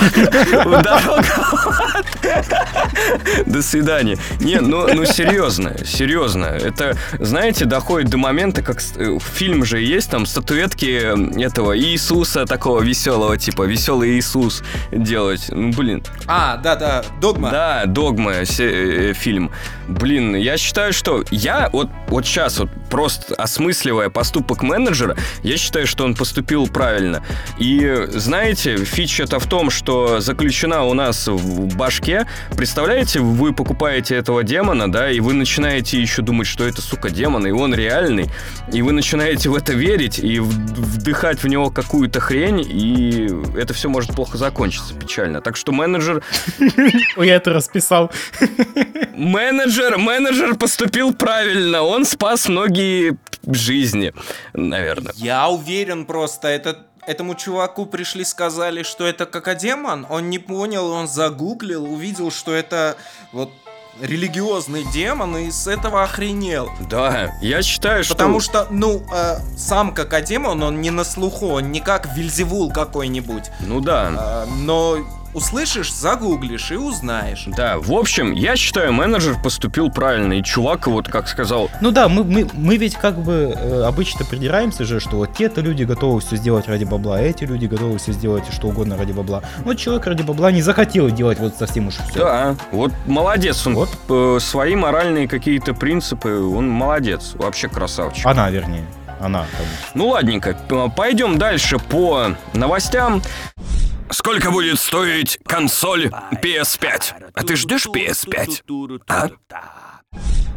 до свидания. Не, ну, ну серьезно, серьезно. Это, знаете, доходит до момента, как с- э, фильм же есть, там статуэтки этого Иисуса такого веселого, типа веселый Иисус делать. Ну, блин. А, да-да, Догма. Да, «Догма» се- э, фильм. Блин, я считаю, что я вот, вот сейчас вот просто осмысливая поступок менеджера, я считаю, что он поступил правильно. И знаете, фича-то в том, что заключена у нас в башке. Представляете, вы покупаете этого демона, да, и вы начинаете еще думать, что это, сука, демон, и он реальный. И вы начинаете в это верить и в- вдыхать в него какую-то хрень, и это все может плохо закончиться, печально. Так что менеджер Ой, я это расписал. Менеджер, менеджер поступил правильно. Он спас многие жизни, наверное. Я уверен просто, это, этому чуваку пришли, сказали, что это какодемон, он не понял, он загуглил, увидел, что это вот религиозный демон, и с этого охренел. Да, я считаю, что... Потому что, ну, э, сам какодемон, он не на слуху, он не как Вельзевул какой-нибудь. Ну да. Э, но услышишь, загуглишь и узнаешь. Да, в общем, я считаю, менеджер поступил правильно. И чувак, вот как сказал, Ну да, мы, мы, мы ведь как бы э, обычно придираемся же, что вот те-то люди готовы все сделать ради бабла, а эти люди готовы все сделать что угодно ради бабла. Вот человек ради бабла не захотел делать вот совсем уж все. да, вот молодец он. Вот. э, свои моральные какие-то принципы, он молодец. Вообще красавчик. Она, вернее. Она, конечно. Ну ладненько, п- пойдем дальше по новостям. Сколько будет стоить консоль пи эс пять? А ты ждешь пи эс пять? А?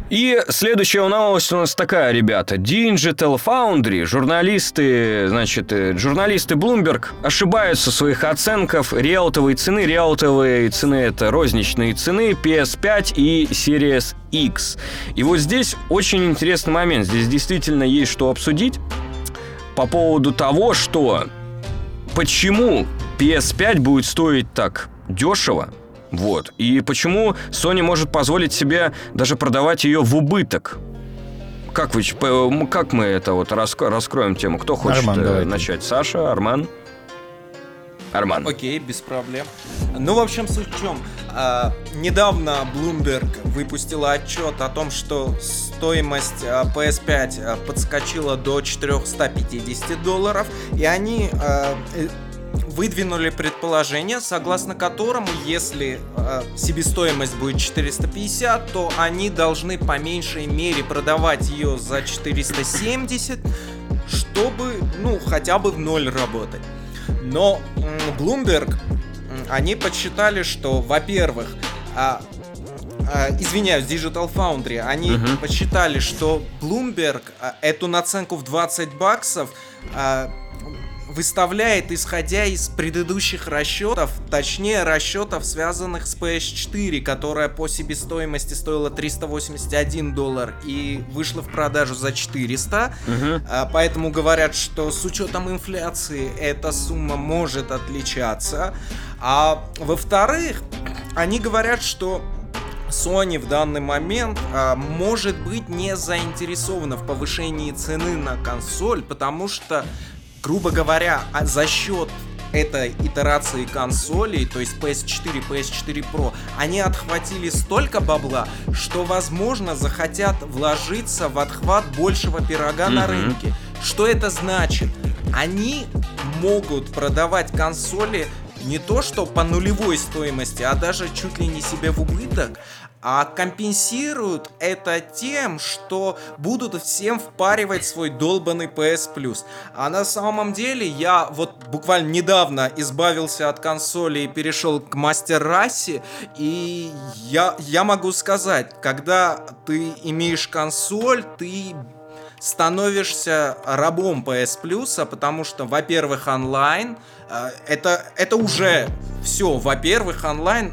И следующая новость у нас такая, ребята. Digital Foundry, журналисты, значит, э, журналисты Bloomberg ошибаются в своих оценках реалтовой цены. Реалтовые цены — это розничные цены пи эс пять и Series X. И вот здесь очень интересный момент. Здесь действительно есть что обсудить по поводу того, что почему пи эс пять будет стоить так дешево. Вот. И почему Sony может позволить себе даже продавать ее в убыток? Как, вы, как мы это вот раскро- раскроем тему? Кто хочет Арман, э, давайте. начать? Саша, Арман? Арман. Окей, без проблем. Ну, в общем, суть в чем? А, недавно Bloomberg выпустила отчет о том, что стоимость а, пи эс пять а, подскочила до четыреста пятьдесят долларов, и они а, э, выдвинули предположение, согласно которому, если э, себестоимость будет четыреста пятьдесят, то они должны по меньшей мере продавать ее за четыреста семьдесят, чтобы, ну, хотя бы в ноль работать. Но м, Bloomberg, м, они подсчитали, что, во-первых, а, а, извиняюсь, Digital Foundry, они Мгм. подсчитали, что Bloomberg а, эту наценку в двадцать баксов а, выставляет, исходя из предыдущих расчетов, точнее расчетов, связанных с пи эс четыре, которая по себестоимости стоила триста восемьдесят один доллар и вышла в продажу за четыреста. Мгм. А, Поэтому говорят, что с учетом инфляции эта сумма может отличаться. А во-вторых, они говорят, что Sony в данный момент а, может быть не заинтересована в повышении цены на консоль, потому что, грубо говоря, а за счет этой итерации консолей, то есть пи эс четыре, пи эс четыре Pro, они отхватили столько бабла, что, возможно, захотят вложиться в отхват большего пирога на Мгм. рынке. Что это значит? Они могут продавать консоли не то что по нулевой стоимости, а даже чуть ли не себе в убыток, а компенсируют это тем, что будут всем впаривать свой долбанный пи эс Plus. А на самом деле я вот буквально недавно избавился от консоли и перешел к Master Race, и я, я могу сказать, когда ты имеешь консоль, ты становишься рабом пи эс Plus, потому что, во-первых, онлайн, э, это, это уже все, во-первых, онлайн,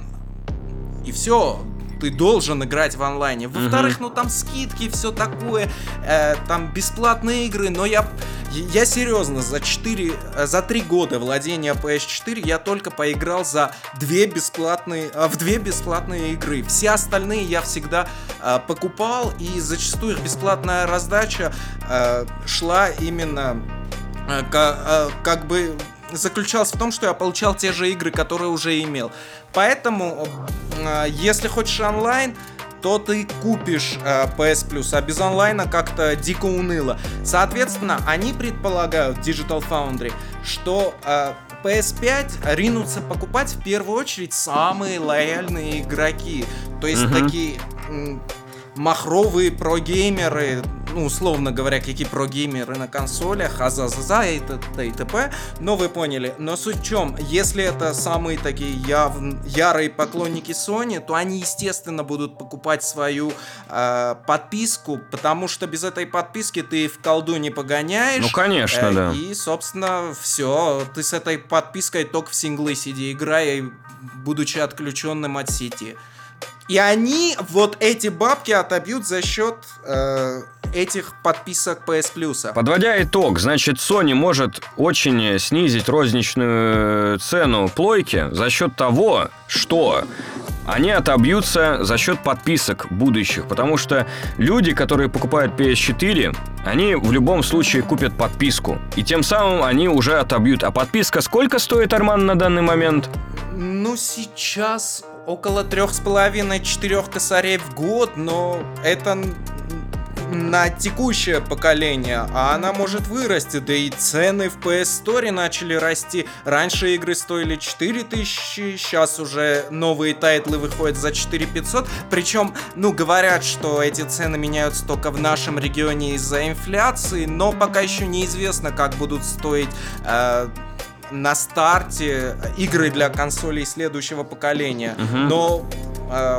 и все, ты должен играть в онлайне. Во-вторых, ну там скидки, все такое, э, там бесплатные игры, но я, я серьезно, за четыре, за три года владения пи эс четыре я только поиграл за две бесплатные, э, в две бесплатные игры. Все остальные я всегда э, покупал, и зачастую их бесплатная раздача э, шла именно э, ка- э, как бы заключалась в том, что я получал те же игры, которые уже имел. Поэтому, э, если хочешь онлайн, то ты купишь э, пи эс Plus, а без онлайна как-то дико уныло. Соответственно, они предполагают, Digital Foundry, что э, пи эс пять ринутся покупать в первую очередь самые лояльные игроки. То есть Мгм. такие м, махровые прогеймеры, ну, условно говоря, какие прогеймеры на консолях, а-за-за-за и т.д. и т.п. Но вы поняли. Но суть в чем, если это самые такие яв... ярые поклонники Sony, то они, естественно, будут покупать свою э, подписку, потому что без этой подписки ты в колду не погоняешь. Ну, конечно, Э, да. И, собственно, все. Ты с этой подпиской только в синглы сиди, играя, будучи отключенным от сети. И они вот эти бабки отобьют за счет э, этих подписок пи эс Plus. Подводя итог, значит, Sony может очень снизить розничную цену плойки за счет того, что они отобьются за счет подписок будущих, потому что люди, которые покупают пи эс четыре, они в любом случае купят подписку, и тем самым они уже отобьют. А подписка сколько стоит, Арман, на данный момент? Ну, сейчас около трех с половиной четырех косарей в год, но это н- на текущее поколение, а она может вырасти, да и цены в пи эс Store начали расти. Раньше игры стоили четыре тысячи, сейчас уже новые тайтлы выходят за четыре тысячи пятьсот, причем, ну, говорят, что эти цены меняются только в нашем регионе из-за инфляции, но пока еще неизвестно, как будут стоить э, на старте игры для консолей следующего поколения. Мгм. Но э,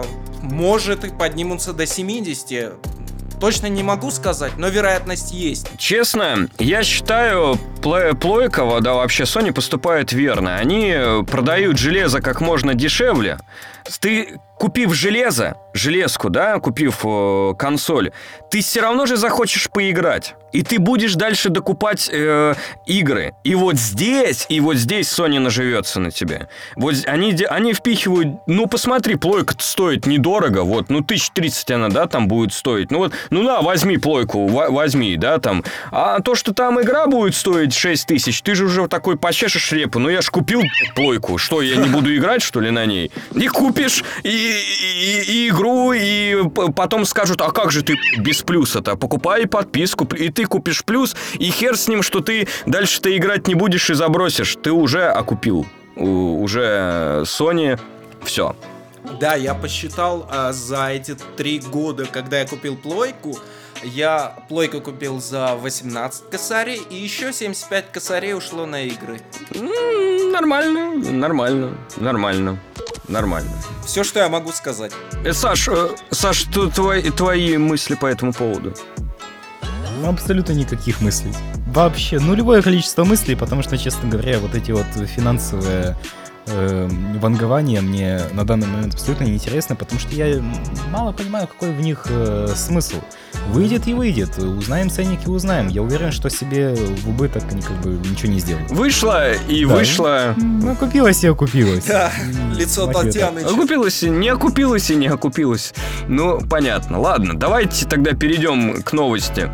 может и поднимутся до семидесяти. Точно не могу сказать, но вероятность есть. Честно, я считаю, Пло- Плойкова, да вообще Sony поступает верно. Они продают железо как можно дешевле. Ты, купив железо, железку, да, купив э, консоль, ты все равно же захочешь поиграть. И ты будешь дальше докупать э, игры. И вот здесь, и вот здесь Sony наживется на тебе. Вот они, де- они впихивают... Ну, посмотри, плойка стоит недорого. Вот, ну, тысяч тридцать она, да, там будет стоить. Ну, вот, ну, на, возьми плойку, в- возьми, да, там. А то, что там игра будет стоить шесть тысяч, ты же уже такой почешешь репу. Ну, я ж купил плойку. Что, я не буду играть, что ли, на ней? И купишь и, и, и игру, и потом скажут, а как же ты без плюса-то? Покупай подписку, и ты купишь плюс, и хер с ним, что ты дальше-то играть не будешь и забросишь. Ты уже окупил. У- уже Sony. Все. Да, я посчитал а, за эти три года, когда я купил плойку, я плойку купил за восемнадцать косарей, и еще семьдесят пять косарей ушло на игры. М, Нормально, нормально, нормально, нормально. Все, что я могу сказать. Э, Саш, э, Саш, т- твои, твои мысли по этому поводу? Абсолютно никаких мыслей. Вообще, нулевое количество мыслей, потому что, честно говоря, вот эти вот финансовые э, вангования мне на данный момент абсолютно неинтересны, потому что я мало понимаю, какой в них э, смысл. Выйдет и выйдет, узнаем ценники, узнаем. Я уверен, что себе в убыток они как бы ничего не сделают. Вышла и Да. вышла. Ну, купилась и окупилась. Да, М, лицо хватит. Татьяны. Окупилась, и не окупилась и не окупилась. Ну, понятно. Ладно, давайте тогда перейдем к новости.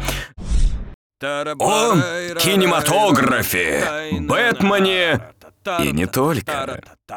О кинематографе, Бэтмене и не только.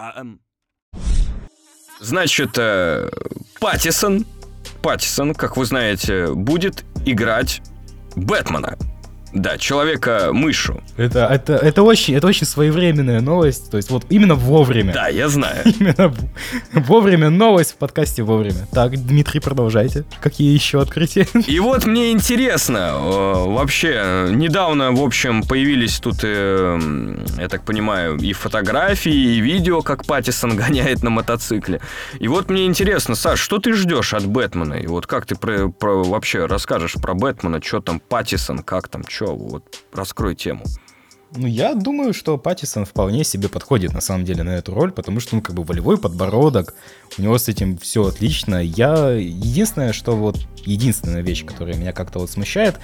Значит, э, Паттисон, Паттисон, как вы знаете, будет играть Бэтмена. Да, Человека-мышу. Это, это, это, очень, это очень своевременная новость, то есть вот именно вовремя. Да, я знаю. Именно в- вовремя новость в подкасте вовремя. Так, Дмитрий, продолжайте. Какие еще открытия? И вот мне интересно, э, вообще, э, недавно, в общем, появились тут, э, м, я так понимаю, и фотографии, и видео, как Паттисон гоняет на мотоцикле. И вот мне интересно, Саш, что ты ждешь от Бэтмена? И вот как ты про, про- вообще расскажешь про Бэтмена, что там Паттисон, как там, что? Вот, раскрой тему. Ну, я думаю, что Паттисон вполне себе подходит, на самом деле, на эту роль, потому что, ну, как бы волевой подбородок, у него с этим все отлично. Я... Единственное, что вот... Единственная вещь, которая меня как-то вот смущает,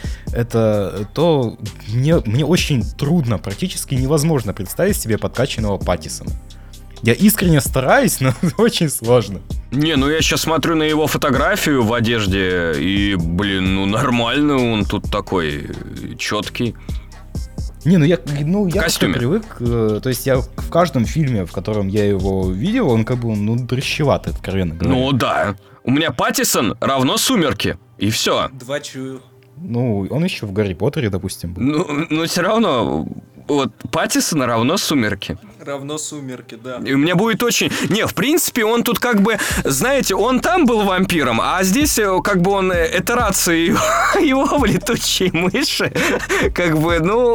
это то... Мне, мне очень трудно, практически невозможно представить себе подкачанного Паттисона. Я искренне стараюсь, но очень сложно. Не, ну я сейчас смотрю на его фотографию в одежде, и, блин, ну нормально, он тут такой четкий. Не, ну я, ну, я В костюме. как-то привык, э, то есть я в каждом фильме, в котором я его видел, он как бы, ну, дрыщеватый, откровенно говоря. Ну да. У меня Паттисон равно Сумерки. И все. Два чую. Ну, он еще в Гарри Поттере, допустим, был. Ну, но все равно, вот Паттисон равно Сумерки. Равно сумерки, да. И у меня будет очень... Не, в принципе, он тут как бы, знаете, он там был вампиром, а здесь э, как бы он э, итерация его, его в летучей мыши. Как бы,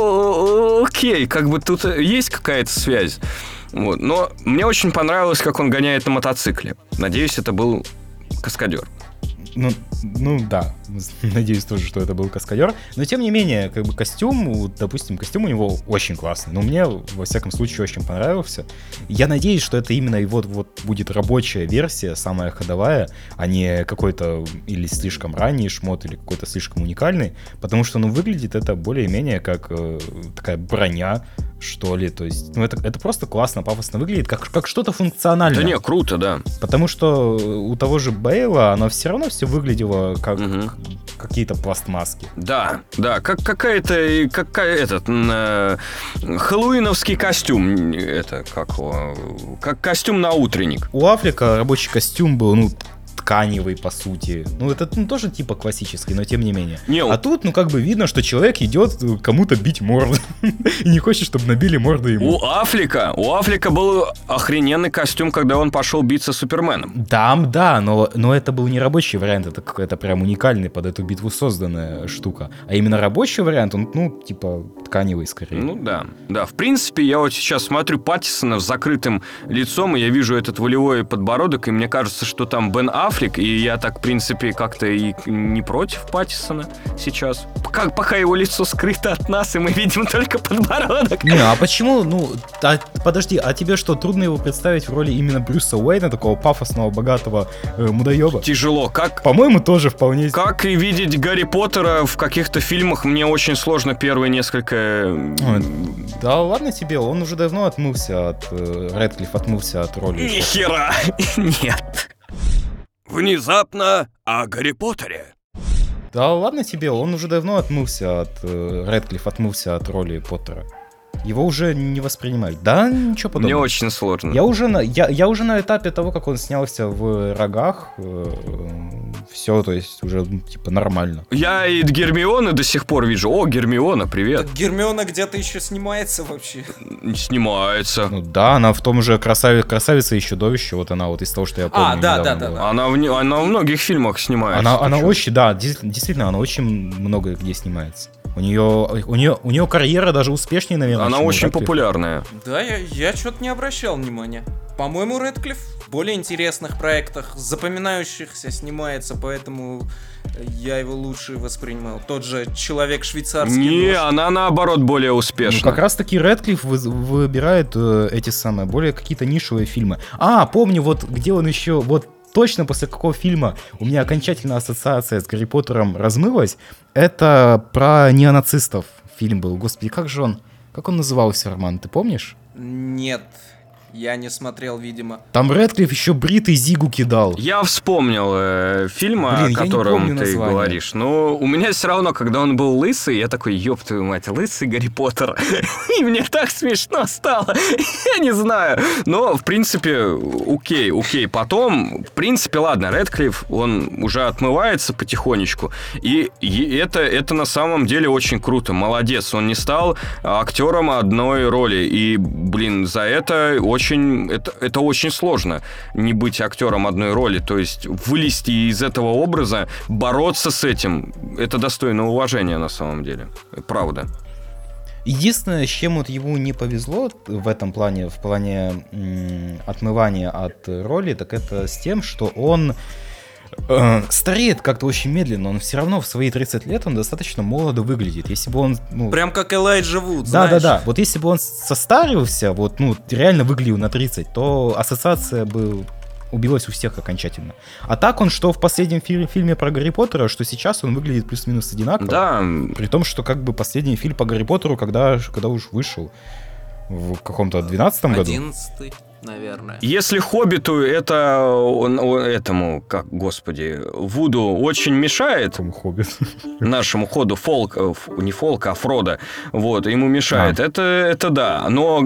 ну, окей, как бы тут есть какая-то связь. Вот. Но мне очень понравилось, как он гоняет на мотоцикле. Надеюсь, это был каскадер. Ну, ну да, надеюсь тоже, что это был каскадер. Но тем не менее, как бы костюм, вот, допустим, костюм у него очень классный. Но мне, во всяком случае, очень понравился. Я надеюсь, что это именно и вот, вот будет рабочая версия, самая ходовая, а не какой-то или слишком ранний шмот, или какой-то слишком уникальный. Потому что, ну, выглядит это более-менее как э, такая броня, что ли. То есть, ну, это, это просто классно, пафосно выглядит, как, как что-то функциональное. Да не, круто, да. Потому что у того же Бейла оно все равно все выглядело как Мгм. к- какие-то пластмасски. Да, да, как какая-то, какая этот, э, хэллоуиновский костюм, это, как его, как костюм на утренник. У Аффлека рабочий костюм был, ну, тканевый, по сути. Ну, это ну, тоже типа классический, но тем не менее. Не, А тут, ну, как бы видно, что человек идет кому-то бить морду. И не хочет, чтобы набили морду ему. у Аффлека, у Аффлека был охрененный костюм, когда он пошел биться с Суперменом. Там, да, но, но это был не рабочий вариант, это какая-то прям уникальный под эту битву созданная штука. А именно рабочий вариант, он, ну, типа, Каньевой скорее. Ну да, да. В принципе, я вот сейчас смотрю Паттисона с закрытым лицом, и я вижу этот волевой подбородок, и мне кажется, что там Бен Аффлек, и я так, в принципе, как-то и не против Паттисона сейчас. Как, пока его лицо скрыто от нас, и мы видим только подбородок. Не, а почему, ну, а, подожди, а тебе что, трудно его представить в роли именно Брюса Уэйна, такого пафосного, богатого э, мудоеба? Тяжело. Как, По-моему, тоже вполне... как и видеть Гарри Поттера в каких-то фильмах, мне очень сложно первые несколько... Ой, да ладно тебе, он уже давно отмылся от... Э, Рэдклифф отмылся от роли. Ни хера. Нет. Внезапно о Гарри Поттере. Да ладно тебе, он уже давно отмылся от... Э, Рэдклифф отмылся от роли Поттера. Его уже не воспринимают. Да, ничего подобного. Мне очень сложно. Я уже на, я, я уже на этапе того, как он снялся в «Рогах», э, все, то есть уже ну, типа нормально. Я и Гермионы до сих пор вижу. О, Гермиона, привет. Так Гермиона где-то еще снимается вообще. Снимается. Ну да, она в том же красави, «Красавица и чудовище», вот она вот из того, что я помню. А, да, да, недавно да, была. да. Она в, не- она в многих фильмах снимается. Она, ты она чё? очень, да, дес- действительно, она очень много где снимается. У нее, у нее, у нее карьера даже успешнее, наверное. Она чем у очень Рэдклиффа. популярная. Да, я, я что-то не обращал внимания. По-моему, Рэдклифф в более интересных проектах, запоминающихся, снимается, поэтому я его лучше воспринимал. Тот же «Человек швейцарский Не, нож». она наоборот более Ну, успешна. как раз таки Рэдклифф вы- выбирает э, эти самые, более какие-то нишевые фильмы. А, помню, вот где он еще, вот точно после какого фильма у меня окончательно ассоциация с Гарри Поттером размылась, это про неонацистов фильм был. Господи, как же он, как он назывался, Роман, ты помнишь? Нет, я не смотрел, видимо. Там Рэдклифф еще бритый Зигу кидал. Я вспомнил э, фильм, Блин, я о не котором помню ты название. говоришь. Но у меня все равно, когда он был лысый, я такой, ёб твою мать, лысый Гарри Поттер. И мне так смешно стало. Я не знаю. Но, в принципе, окей, окей. Потом, в принципе, ладно, Рэдклифф, он уже отмывается потихонечку. И, и это, это на самом деле очень круто. Молодец. Он не стал актером одной роли. И, блин, за это очень... Это, это очень сложно, не быть актером одной роли. То есть вылезти из этого образа, бороться с этим, это достойно уважения на самом деле. Правда. Единственное, с чем вот ему не повезло в этом плане, в плане м, отмывания от роли, так это с тем, что он э, стареет как-то очень медленно. Он все равно в свои тридцать лет он достаточно молодо выглядит. Если бы он... Ну, Прям как Элайджа Вуд, да, знаешь. да, да. Вот если бы он состарился, вот, ну, реально выглядел на тридцать, то ассоциация бы убилась у всех окончательно. А так он, что в последнем фи- фильме про Гарри Поттера, что сейчас он выглядит плюс-минус одинаково. Да, При том, что как бы последний фильм по Гарри Поттеру, когда, когда уж вышел, в каком-то двенадцатом году. Одиннадцатый, наверное. если Хоббиту это он- он- этому, как, господи, Вуду очень мешает, Какому Хоббит. нашему ходу Фолк, э, ф- не Фолка, а Фрода, вот, ему мешает. А. Это, это да, но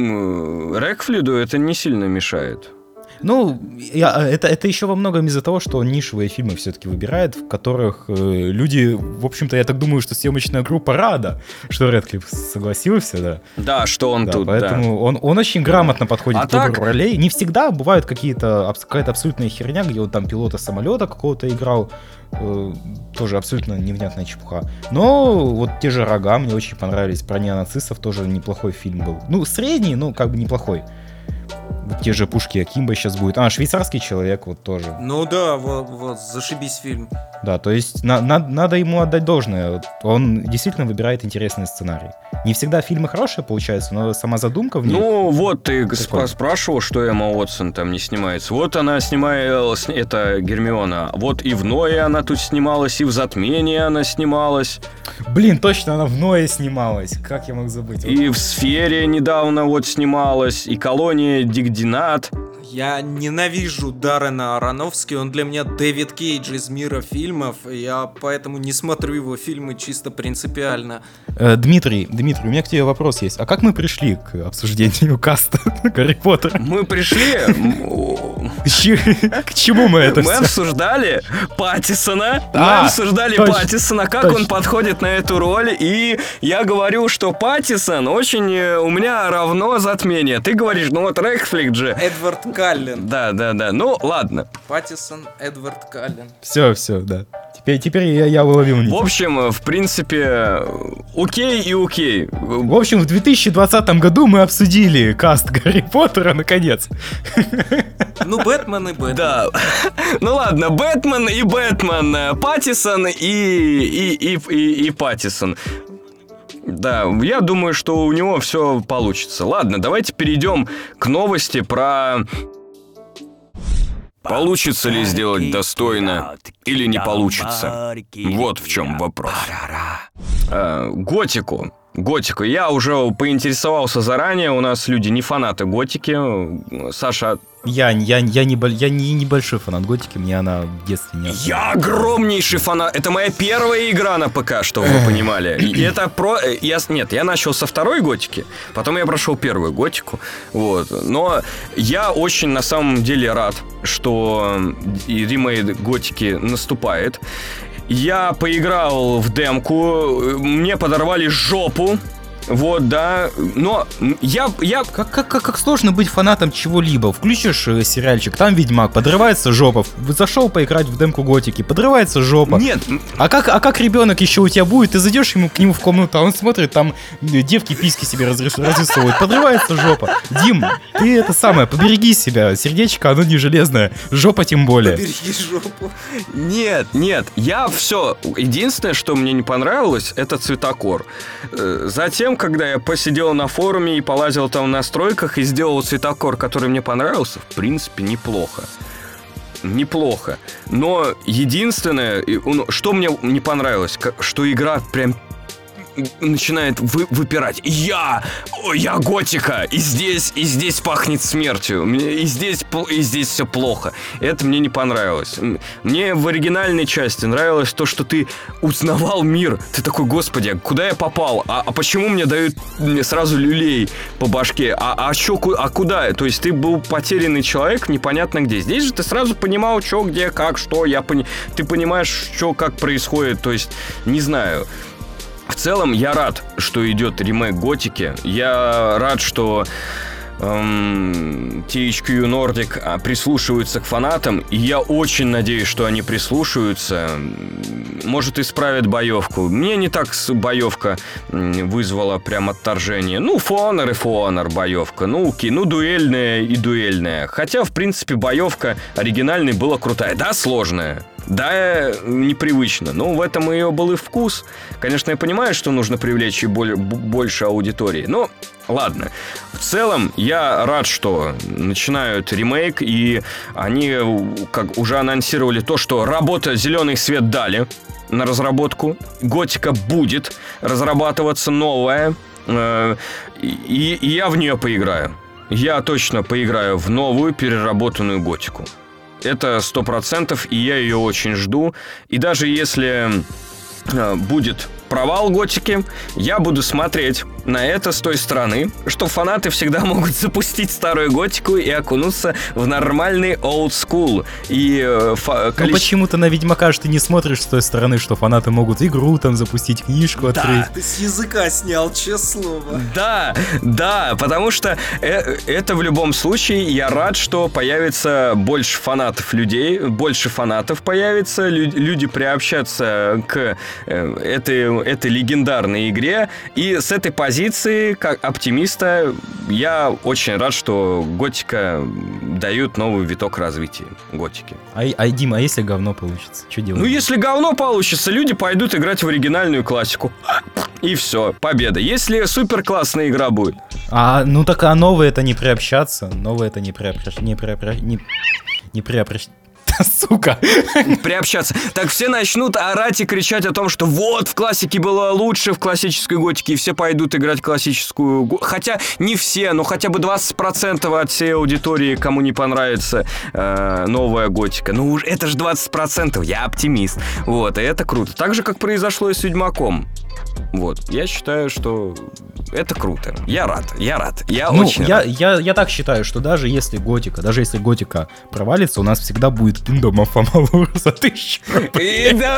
м, Рэдклиффу это не сильно мешает. Ну, я, это, это еще во многом из-за того, что он нишевые фильмы все-таки выбирает, в которых э, люди, в общем-то, я так думаю, что съемочная группа рада, что Рэдклифф согласился, да. Да, что он Да, тут, поэтому он, он очень грамотно подходит А к выбору так- ролей. Не всегда бывают какие-то, абс- какая-то абсолютная херня, где он там пилота самолета какого-то играл. э, тоже абсолютно невнятная чепуха. Но вот те же «Рога» мне очень понравились. Про неонацистов тоже неплохой фильм был. Ну, средний, но как бы неплохой. Вот те же «Пушки Акимбо» сейчас будет. А, «Швейцарский человек» вот тоже. Ну да, вот, вот, зашибись фильм. Да, то есть на- на- надо ему отдать должное. Он действительно выбирает интересный сценарий. Не всегда фильмы хорошие получаются, но сама задумка в них... Ну, вот ты г- Прикольно. спра- спрашивал, что Эмма Уотсон там не снимается. Вот она снимает, с- это Гермиона. Вот и в Ное она тут снималась, и в Затмении она снималась, Блин, точно, она в Ное снималась. Как я мог забыть? и в Сфере недавно вот снималась, и Колония Дигдинат. Я ненавижу Даррена Аронофски, он для меня Дэвид Кейдж из мира фильмов, и я поэтому не смотрю его фильмы чисто принципиально. Э, Дмитрий, Дмитрий, у меня к тебе вопрос есть. А как мы пришли к обсуждению каста Гарри Поттера? Мы пришли, м, К чему мы это мы все? обсуждали Паттисона, мы А, обсуждали точно, Паттисона, как точно. он подходит на эту роль, и я говорю, что Паттисон очень э, у меня равно затмение. Ты говоришь, ну вот Рэдклифф же. Эдвард Каллен. Да, да, да. Ну, ладно. Паттисон Эдвард Каллен. Все, все, да. Теперь, теперь я, я уловил нить. В общем, в принципе, окей и окей. В общем, в две тысячи двадцатом году мы обсудили каст Гарри Поттера, наконец. Ну, Бэтмен и Бэтмен. Да. Ну ладно, Бэтмен и Бэтмен, Паттисон и, и, и, и, и Паттисон. Да, я думаю, что у него все получится. Ладно, давайте перейдем к новости про... Получится ли сделать достойно или не получится? Вот в чем вопрос. А, готику. Готику. Я уже поинтересовался заранее, у нас люди не фанаты готики. Саша... Я, я, я, не, я не небольшой фанат готики, мне она в детстве не... Я огромнейший фанат. Это моя первая игра на ПК, чтобы вы понимали. И это про... Я... Нет, я начал со второй готики, потом я прошел первую готику. Вот. Но я очень на самом деле рад, что ремейк готики наступает. Я поиграл в демку, мне подорвали жопу. Вот, да, но я... я... Как, как, как, как сложно быть фанатом чего-либо. Включишь э, сериальчик, там Ведьмак, подрывается жопа. Зашел поиграть в демку готики, подрывается жопа. Нет. А как, а как ребенок еще у тебя будет? Ты зайдешь ему к нему в комнату, а он смотрит, там девки письки себе разрис- разрисовывают. Подрывается жопа. Дим, ты это самое, побереги себя. Сердечко, оно не железное. Жопа тем более. Побереги жопу. Нет, нет, я все... Единственное, что мне не понравилось, это цветокор. Затем, когда я посидел на форуме и полазил там в настройках и сделал цветокор, который мне понравился, в принципе, неплохо. Неплохо. Но единственное, что мне не понравилось, что игра прям начинает вы, выпирать. Я! О, я готика! И здесь, и здесь пахнет смертью. Мне, и здесь, и здесь все плохо. Это мне не понравилось. Мне в оригинальной части нравилось то, что ты узнавал мир. Ты такой, господи, куда я попал? А, а почему мне дают мне сразу люлей по башке? А, а, чё, а куда? То есть ты был потерянный человек, непонятно где. Здесь же ты сразу понимал, что, где, как, что. Я пони... Ты понимаешь, что, как происходит. То есть, не знаю... В целом, я рад, что идет ремейк готики. Я рад, что эм, ти эйч кью Nordic прислушиваются к фанатам. И я очень надеюсь, что они прислушаются. Может, исправят боевку. Мне не так боевка вызвала прям отторжение. Ну, For Honor и For Honor боевка. Ну, окей, ну, дуэльная и дуэльная. Хотя, в принципе, боевка оригинальной была крутая. Да, сложная. Да, непривычно, но в этом ее был и вкус. Конечно, я понимаю, что нужно привлечь и более, больше аудитории, но ладно. В целом, я рад, что начинают ремейк, и они, как уже анонсировали, то, что работа, зеленый свет дали на разработку. Готика будет разрабатываться новая, и, и я в нее поиграю. Я точно поиграю в новую переработанную готику. Это сто процентов, и я ее очень жду. И даже если э, будет провал готики, я буду смотреть на это с той стороны, что фанаты всегда могут запустить старую готику и окунуться в нормальный old school. И э, фа- количество... Ну почему-то на Ведьмака же ты не смотришь с той стороны, что фанаты могут игру там запустить, книжку открыть. Да, ты с языка снял, честное слово. Да, да, потому что э- это в любом случае, я рад, что появится больше фанатов людей, больше фанатов появится, лю- люди приобщатся к э- этой, этой легендарной игре, и с этой позиции, как оптимиста, я очень рад, что готика дает новый виток развития готики. А, а Дим, а если говно получится? Что делать? Ну, если говно получится, люди пойдут играть в оригинальную классику. И все, победа. Если супер классная игра будет. А, ну так а новое это не приобщаться. Новое это не приобщаться. Не приобщаться. Не, не приобщаться. Сука. Приобщаться. Так все начнут орать и кричать о том, что вот, в классике было лучше, в классической готике, и все пойдут играть в классическую... Хотя не все, но хотя бы двадцать процентов от всей аудитории, кому не понравится э, новая готика. Ну, уж это же двадцать процентов, я оптимист. Вот, и это круто. Так же, как произошло и с Ведьмаком. Вот, я считаю, что это круто. Я рад, я рад, я ну, очень я, рад. Я, я так считаю, что даже если готика, даже если готика провалится, у нас всегда будет Kingdom of Amalur за тысячу. И, да,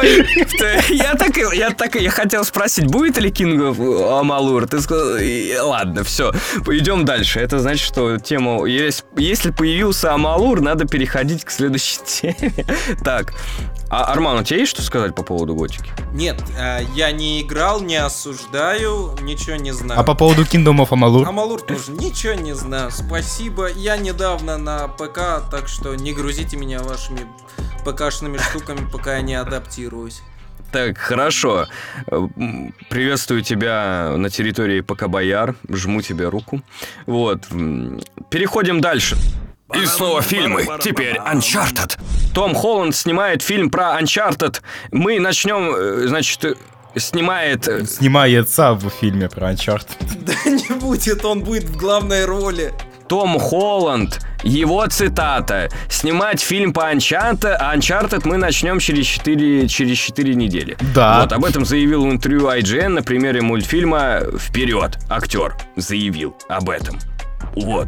я так, и- я так, и- я хотел спросить, будет ли King of Amalur? Ты сказал, и- ладно, все, пойдем дальше. Это значит, что тему, если, если появился Амалур, надо переходить к следующей теме. Так, а Арман, у тебя есть что сказать по поводу готики? Нет, э, я не играл, не осуждаю, ничего не знаю. А по поводу Kingdom of Amalur? Амалур тоже ничего не знаю. Спасибо. Я недавно на ПК, так что не грузите меня вашими ПКшными штуками, пока я не адаптируюсь. Так, хорошо. Э, м, Приветствую тебя на территории ПК Бояр. Жму тебе руку. Вот. м, Переходим дальше. И снова фильмы. Теперь Uncharted. Том Холланд снимает фильм про Uncharted. Мы начнем, э, значит, э, снимает... э, Снимается в фильме про Uncharted. Да не будет, он будет в главной роли. Том Холланд, его цитата. Снимать фильм по Uncharted, а Uncharted мы начнем через четыре, через четыре недели. Да. Вот, об этом заявил в интервью ай джи эн на примере мультфильма «Вперед!» Актер заявил об этом. Вот.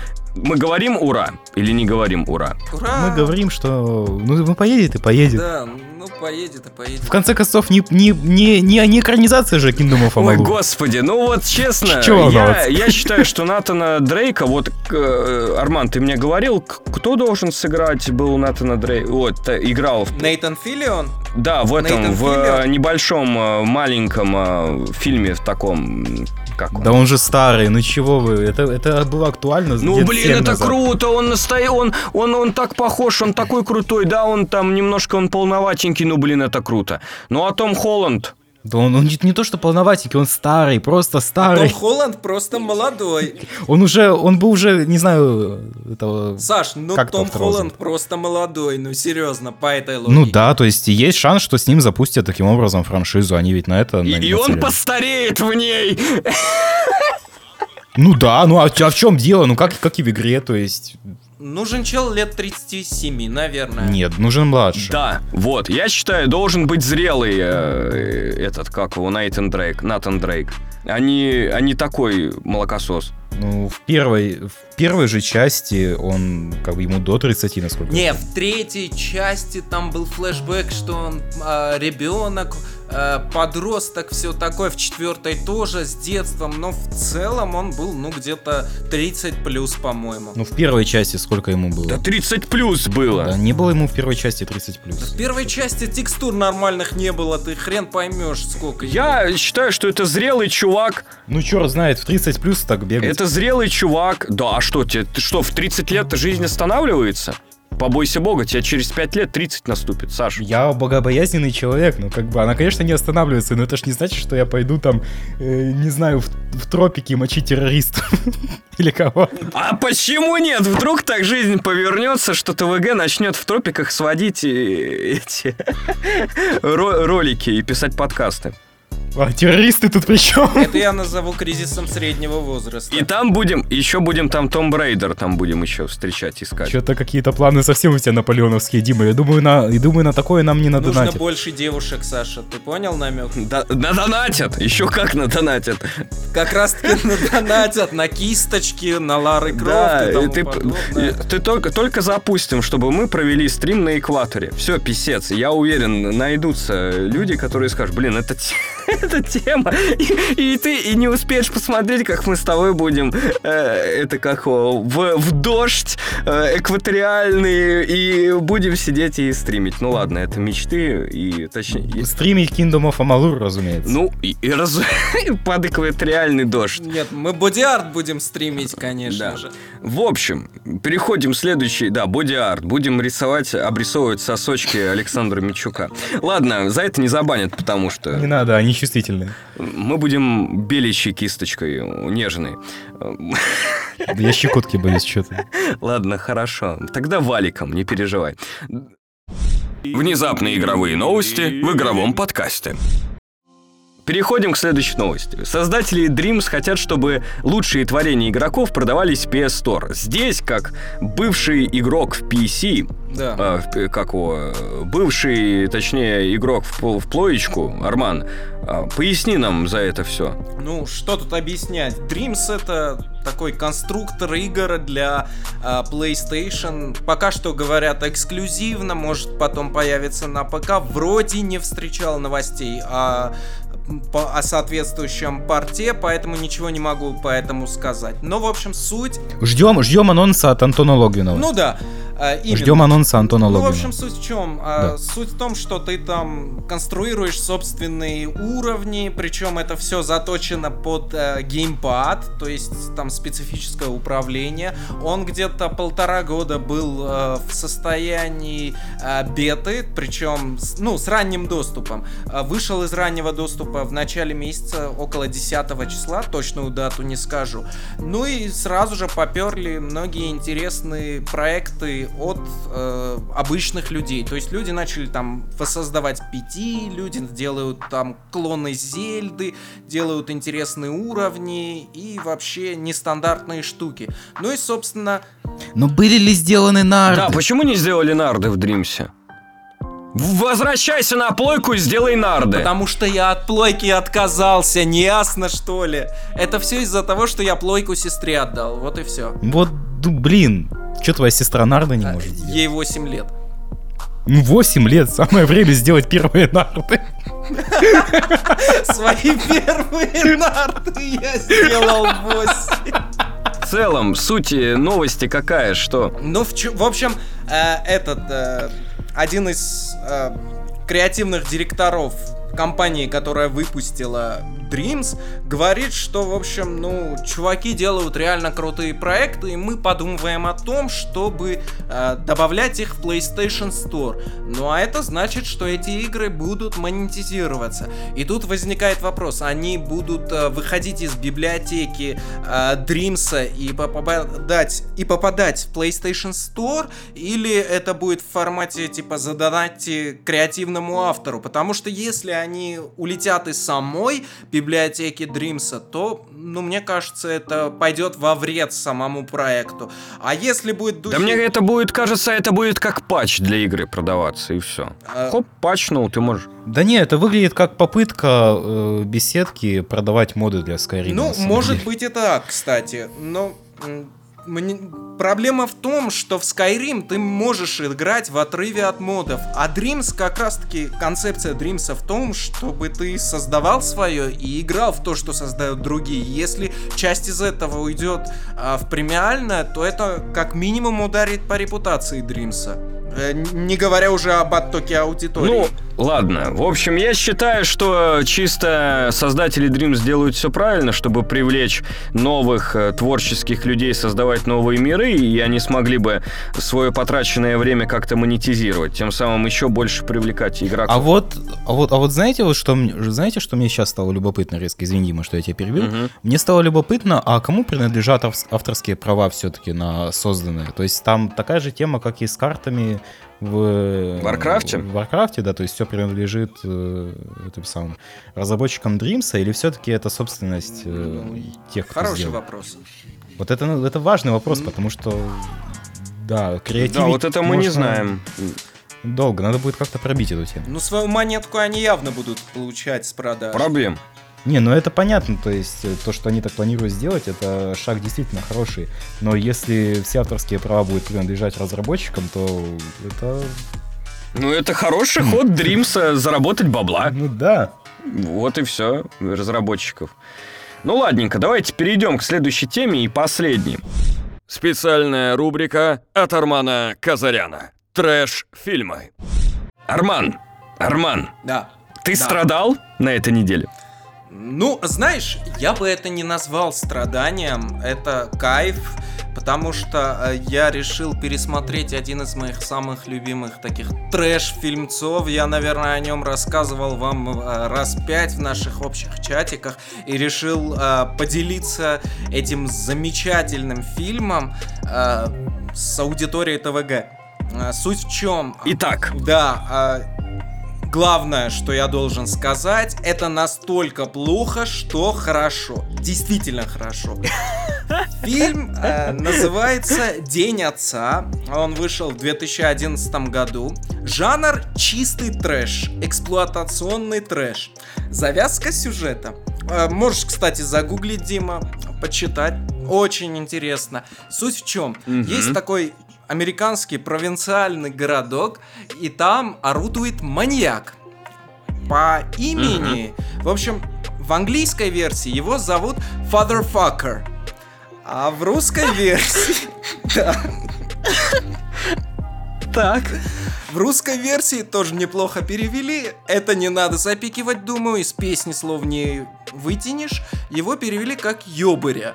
Мы говорим «Ура» или не говорим «Ура»? Ура! Мы говорим, что ну, ну поедет и поедет. Да, ну поедет и поедет. В конце концов, не, не, не, не, не экранизация же Kingdom of Ой, Amalur. господи, ну вот честно, Чё я, оно? я считаю, что Натана Дрейка, вот, э, Арман, ты мне говорил, к- кто должен сыграть был Натана Дрейка, вот, э, играл, в- Нейтан Филлион? да, в этом, Нейтан в э, Филлион? небольшом, э, маленьком э, фильме, в таком, м, как он? Да он же старый, ну чего вы, это, это было актуально Ну, лет блин, семь это назад. круто, он настоя... он, он, он так похож, он такой крутой, да, он там немножко, он полноватенький, ну, блин, это круто. Ну, а Том Холланд, Да он, он не, не то что полноватенький, он старый, просто Том старый. Холланд просто молодой. Он уже, он был уже, не знаю, этого... Саш, ну Как Том там второго Холланд зовут? просто молодой, ну серьезно, по этой логике. Ну да, то есть есть шанс, что с ним запустят таким образом франшизу, они ведь на это... и, на- и он нацелены. постареет в ней. Ну да, ну а, а в чем дело? Ну как, как и в игре, то есть... Нужен чел лет тридцати семи, наверное. Нет, нужен младше. Да, вот, я считаю, должен быть зрелый э, этот, как его, Нейтан Дрейк, Натан Дрейк. Они, они такой молокосос. Ну, в первой, в первой же части он, как бы, ему до тридцати, насколько я Не, в третьей части там был флешбэк, что он а, ребенок, а, подросток, все такое. В четвертой тоже с детством, но в целом он был, ну, где-то тридцать плюс, по-моему. Ну, в первой части сколько ему было? Да тридцать плюс было. Да, не было ему в первой части тридцать плюс. В первой части текстур нормальных не было, ты хрен поймешь, сколько. Я считаю, что это зрелый чувак. Ну, черт знает, в тридцать плюс так бегать. Это зрелый чувак. Да, а что тебе? Ты что, в тридцать лет жизнь останавливается? Побойся бога, тебе через пять лет тридцать наступит, Саш. Я богобоязненный человек, ну как бы, она, конечно, не останавливается, но это ж не значит, что я пойду там, э, не знаю, в, в тропики мочить террористов или кого. А почему нет? Вдруг так жизнь повернется, что ТВГ начнет в тропиках сводить э, эти ро- ролики и писать подкасты. А террористы тут при чем? Это я назову кризисом среднего возраста. И там будем, еще будем там Том Брейдер, там будем еще встречать, искать. Что-то какие-то планы совсем у тебя наполеоновские, Дима. Я думаю, на, и думаю, на такое нам не Нужно надонатят. больше девушек, Саша, ты понял намек? Да, надонатят, еще как надонатят. Как раз таки надонатят на кисточки, на Лары Крофт Да, и тому ты, подобное. ты только, только запустим, чтобы мы провели стрим на экваторе. Все, писец. Я уверен, найдутся люди, которые скажут, блин, это, те- это тема. И, и ты и не успеешь посмотреть, как мы с тобой будем, э, это как его, в, в дождь э, экваториальный, и будем сидеть и стримить. Ну ладно, это мечты, и точнее... и- Стримить Kingdom of Amalur, разумеется. ну, и, и раз... под экваториальный дождь. Нет, мы боди-арт будем стримить, конечно Да. же. В общем, переходим к следующей, да, боди-арт. Будем рисовать, обрисовывать сосочки Александра Митчука. Ладно, за это не забанят, потому Не что надо, они чувствительные. мы будем белящей кисточкой, нежной. Да я щекотки боюсь, что-то. Ладно, хорошо. Тогда валиком, не переживай. Внезапные игровые новости в игровом подкасте. Переходим к следующей новости. Создатели Dreams хотят, чтобы лучшие творения игроков продавались в пи эс Store. Здесь, как бывший игрок в пи си, Да. а, в- как его, бывший, точнее, игрок в, пл- в плоечку, Арман, а, поясни нам за это все. Ну, что тут объяснять? Dreams — это такой конструктор игр для а, PlayStation. Пока что говорят эксклюзивно, может потом появится на ПК. Вроде не встречал новостей о, по- о соответствующем порте, поэтому ничего не могу по этому сказать. Но, в общем, суть... Ждем, ждем анонса от Антона Логвинова. Ну да, а, именно. Ждем анонса Антона Ну, в Логвинова. общем, суть в чем? А, Да. Суть в том, что ты там конструируешь собственные уровни, причем это все заточено под э, геймпад, то есть там специфическое управление. Он где-то полтора года был э, в состоянии э, беты, причем, с- ну, с ранним доступом. Э, Вышел из раннего доступа в начале месяца, около десятого числа, точную дату не скажу. Ну и сразу же поперли многие интересные проекты от э, обычных людей. То есть люди начали там воссоздавать пи ти, люди делают там клоны Зельды, делают интересные уровни и вообще нестандартные штуки. Ну и, собственно, Но были ли сделаны нарды? Да, почему не сделали нарды в Дримсе? Возвращайся на плойку и сделай нарды. потому что я от плойки отказался, не ясно что ли. Это все из-за того, что я плойку сестре отдал, вот и все. Вот, ну, блин, что твоя сестра нарды не может сделать? Ей восемь лет. Ну, восемь лет, самое время сделать первые нарды. Свои первые нарты я сделал восемь. В целом, суть э, новости какая, что... Ну, в, чё- в общем, э, этот э, один из э, креативных директоров компании, которая выпустила Dreams, говорит, что, в общем, ну, чуваки делают реально крутые проекты, и мы подумываем о том, чтобы э, добавлять их в PlayStation Store. Ну, а это значит, что эти игры будут монетизироваться. И тут возникает вопрос, они будут э, выходить из библиотеки э, Dreams и попадать, и попадать в PlayStation Store, или это будет в формате, типа, задонатьте креативному автору? Потому что если они улетят из самой библиотеки Дримса, то, ну, мне кажется, это пойдет во вред самому проекту. А если будет духе... Да мне это будет, кажется, это будет как патч для игры продаваться, и все. А- Хоп, патчнул, ты можешь... Да не, это выглядит как попытка э, беседки продавать моды для Skyrim. Ну, на самом может деле. быть и так, кстати, но м, мне- проблема в том, что в Skyrim ты можешь играть в отрыве от модов, а Dreams, как раз таки концепция Dreams в том, чтобы ты создавал свое и играл в то, что создают другие. Если часть из этого уйдет а, в премиальное, то это как минимум ударит по репутации Dreams. Э, не говоря уже об оттоке аудитории. Ну, ладно. В общем, я считаю, что чисто создатели Dreams делают все правильно, чтобы привлечь новых э, творческих людей, создавать новые миры, и они смогли бы свое потраченное время как-то монетизировать, тем самым еще больше привлекать игроков. А вот, а вот, а вот знаете, вот что мне, знаете, что мне сейчас стало любопытно резко, извини, Дима, что я тебя перебил. Мгм. Мне стало любопытно, а кому принадлежат авс- авторские права все-таки на созданные? То есть там такая же тема, как и с картами в Варкрафте? В Варкрафте, да, то есть все принадлежит э, этим самым разработчикам Дримса, или все-таки это собственность э, тех, кто Хороший сделал? вопрос. Вот это, ну, это важный вопрос, потому что да, креативить Да, вот это мы не можно знаем. Долго, надо будет как-то пробить эту тему. Ну, свою монетку они явно будут получать с продаж. Проблем. Не, ну это понятно, то есть э, то, что они так планируют сделать, это шаг действительно хороший. Но если все авторские права будут принадлежать разработчикам, то это... Ну, это хороший ход Дримса заработать бабла. Ну да. Вот и все, разработчиков. Ну ладненько, давайте перейдем к следующей теме и последней. Специальная рубрика от Армана Казаряна. Трэш-фильмы. Арман, Арман, Да. ты Да. страдал на этой неделе? Ну, знаешь, я бы это не назвал страданием, это кайф, потому что э, я решил пересмотреть один из моих самых любимых таких трэш-фильмцов. Я, наверное, о нем рассказывал вам э, раз пять в наших общих чатиках и решил э, поделиться этим замечательным фильмом э, с аудиторией ТВГ. Э, суть в чем? Итак, Да, а, главное, что я должен сказать, это настолько плохо, что хорошо. Действительно хорошо. Фильм э, называется «День отца». Он вышел в две тысячи одиннадцатом году. Жанр чистый трэш, эксплуатационный трэш. Завязка сюжета. Э, можешь, кстати, загуглить, Дима, почитать. Очень интересно. Суть в чем? Mm-hmm. Есть такой американский провинциальный городок, и там орудует маньяк по имени. Mm-hmm. В общем, в английской версии его зовут Fatherfucker. А в русской версии... Так. В русской версии тоже неплохо перевели. Это не надо запикивать, думаю, из песни слов не вытянешь. Его перевели как ёбыря.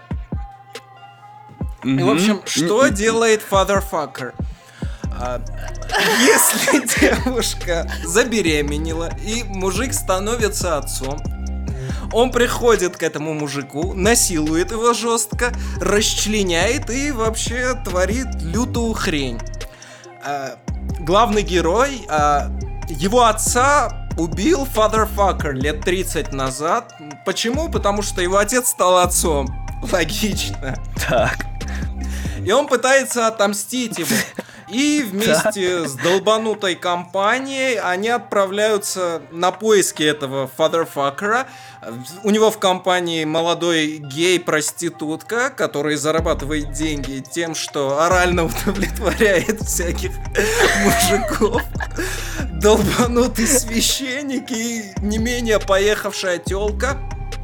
И, в общем, что делает Fatherfucker? А, если девушка забеременела и мужик становится отцом, он приходит к этому мужику, насилует его жестко, расчленяет и вообще творит лютую хрень. А, главный герой, а, его отца убил Fatherfucker лет тридцать назад. Почему? Потому что его отец стал отцом. Логично. Так. И он пытается отомстить ему. И вместе с долбанутой компанией они отправляются на поиски этого Fatherfucker. У него в компании молодой гей-проститутка, который зарабатывает деньги тем, что орально удовлетворяет всяких мужиков. Долбанутый священник и не менее поехавшая тёлка.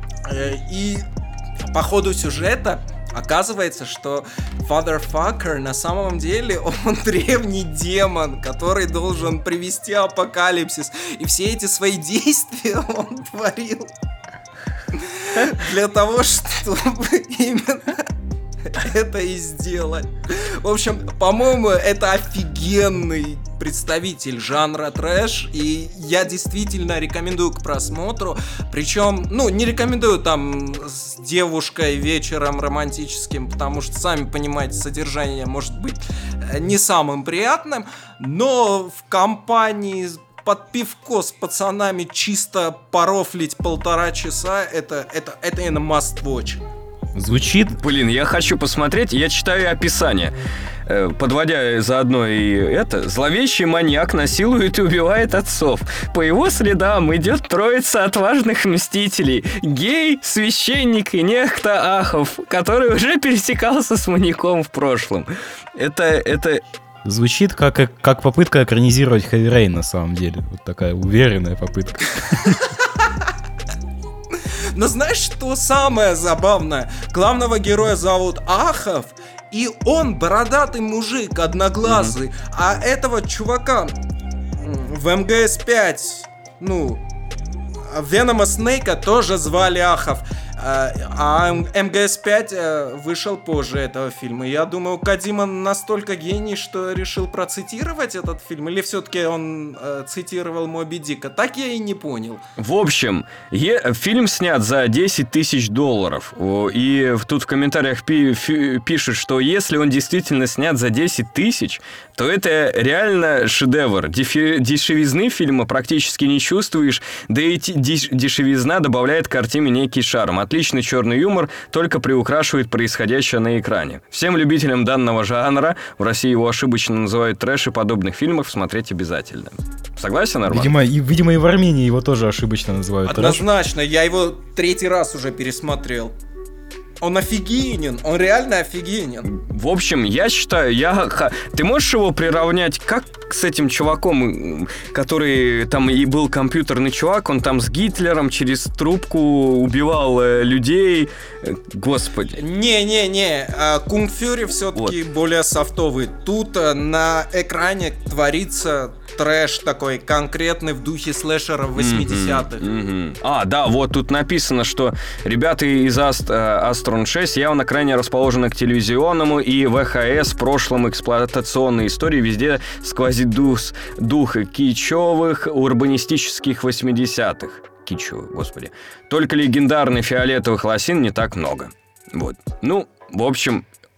И по ходу сюжета оказывается, что Fatherfucker на самом деле он древний демон, который должен привести апокалипсис. И все эти свои действия он творил для того, чтобы именно это и сделать. В общем, по-моему, это офигенный представитель жанра трэш, и я действительно рекомендую к просмотру. Причем, ну, не рекомендую там с девушкой вечером романтическим, потому что, сами понимаете, содержание может быть не самым приятным, но в компании под пивко с пацанами чисто порофлить полтора часа, это, это, это именно must watch. Звучит... Блин, я хочу посмотреть, я читаю описание. Э, подводя заодно и это, зловещий маньяк насилует и убивает отцов. По его следам идет троица отважных мстителей. Гей, священник и некто Ахов, который уже пересекался с маньяком в прошлом. Это, это... Звучит как, как попытка экранизировать Heavy Rain на самом деле. Вот такая уверенная попытка. Но знаешь, что самое забавное? Главного героя зовут Ахов, и он бородатый мужик, одноглазый. Mm-hmm. А этого чувака в эм гэ эс пять, ну, Венома Снейка тоже звали Ахов. А эм гэ эс пять вышел позже этого фильма. Я думаю, Кодзима настолько гений, что решил процитировать этот фильм. Или все-таки он э, цитировал Моби Дика? Так я и не понял. В общем, е- фильм снят за десять тысяч долларов. И тут в комментариях пи- фи- пишут, что если он действительно снят за десять тысяч, то это реально шедевр. Дефи- дешевизны фильма практически не чувствуешь, да и деш- дешевизна добавляет картине некий шарм. Отличный черный юмор только приукрашивает происходящее на экране. Всем любителям данного жанра, в России его ошибочно называют трэш, и подобных фильмов смотреть обязательно. Согласен, Арман? Видимо и, видимо, и в Армении его тоже ошибочно называют трэш. Однозначно, я его третий раз уже пересмотрел. Он офигенен, он реально офигенен. В общем, я считаю, я... Ты можешь его приравнять как с этим чуваком, который там и был компьютерный чувак, он там с Гитлером через трубку убивал э, людей. Господи. Не-не-не, Кунг Фьюри все-таки вот. Более софтовый. Тут на экране творится трэш такой конкретный в духе слэшера восьмидесятых. Mm-hmm, mm-hmm. А, да, вот тут написано, что ребята из Ast- Astron шесть явно крайне расположены к телевизионному и вэ ха эс прошлым эксплуатационной истории. Везде сквозит дух, дух кичевых урбанистических восьмидесятых. Кичевых, господи. Только легендарный фиолетовых лосин не так много. Вот. Ну, в общем...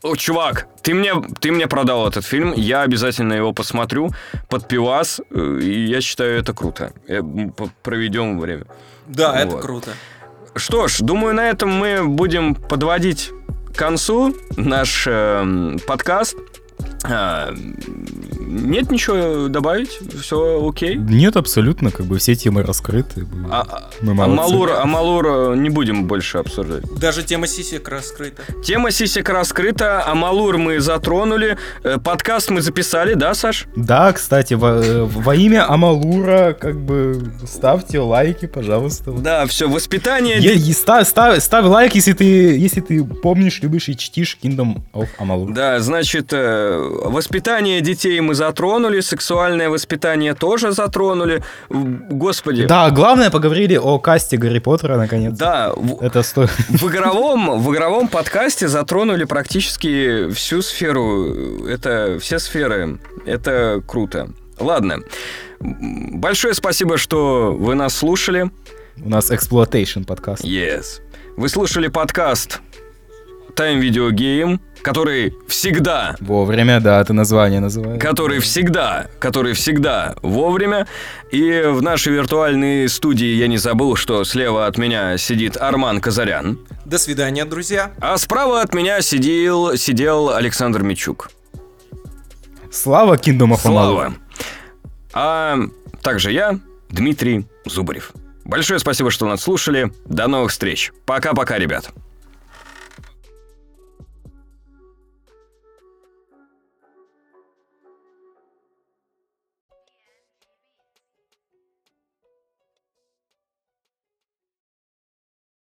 О, чувак, ты мне, ты мне продал этот фильм, я обязательно его посмотрю под пивас, э, и я считаю, это круто. Э, п- Проведем время. Да, это Вот. круто. Что ж, думаю, на этом мы будем подводить к концу наш э, подкаст. А, нет ничего добавить? Все окей? Нет, абсолютно, как бы все темы раскрыты. А, Мы а молодцы. Амалур, Амалур не будем больше обсуждать. Даже тема сисек раскрыта. Тема сисек раскрыта, Амалур мы затронули, э, подкаст мы записали, да, Саш? Да, кстати, во, э, во имя Амалура, как бы, ставьте лайки, пожалуйста. Да, все, воспитание... Е- е- ставь, ставь, ставь лайк, если ты, если ты помнишь, любишь и чтишь Kingdom of Amalur. Да, значит, э, воспитание детей мы затронули, сексуальное воспитание тоже затронули. В- Господи. Да, главное, поговорили о касте Гарри Поттера, наконец. Да, в, Это стоит. в игровом, в игровом подкасте затронули практически всю сферу. Это все сферы. Это круто. Ладно. Большое спасибо, что вы нас слушали. У нас Exploitation подкаст. Yes. Вы слушали подкаст Time Video Game, который всегда Вовремя, да, это название называется. который всегда, который всегда вовремя. И в нашей виртуальной студии я не забыл, что слева от меня сидит Арман Казарян, До свидания, друзья. а справа от меня сидел, сидел Александр Мичук. Слава Kingdom of Amalur. Слава. А также я, Дмитрий Зубарев. Большое спасибо, что нас слушали. До новых встреч. Пока-пока, ребят.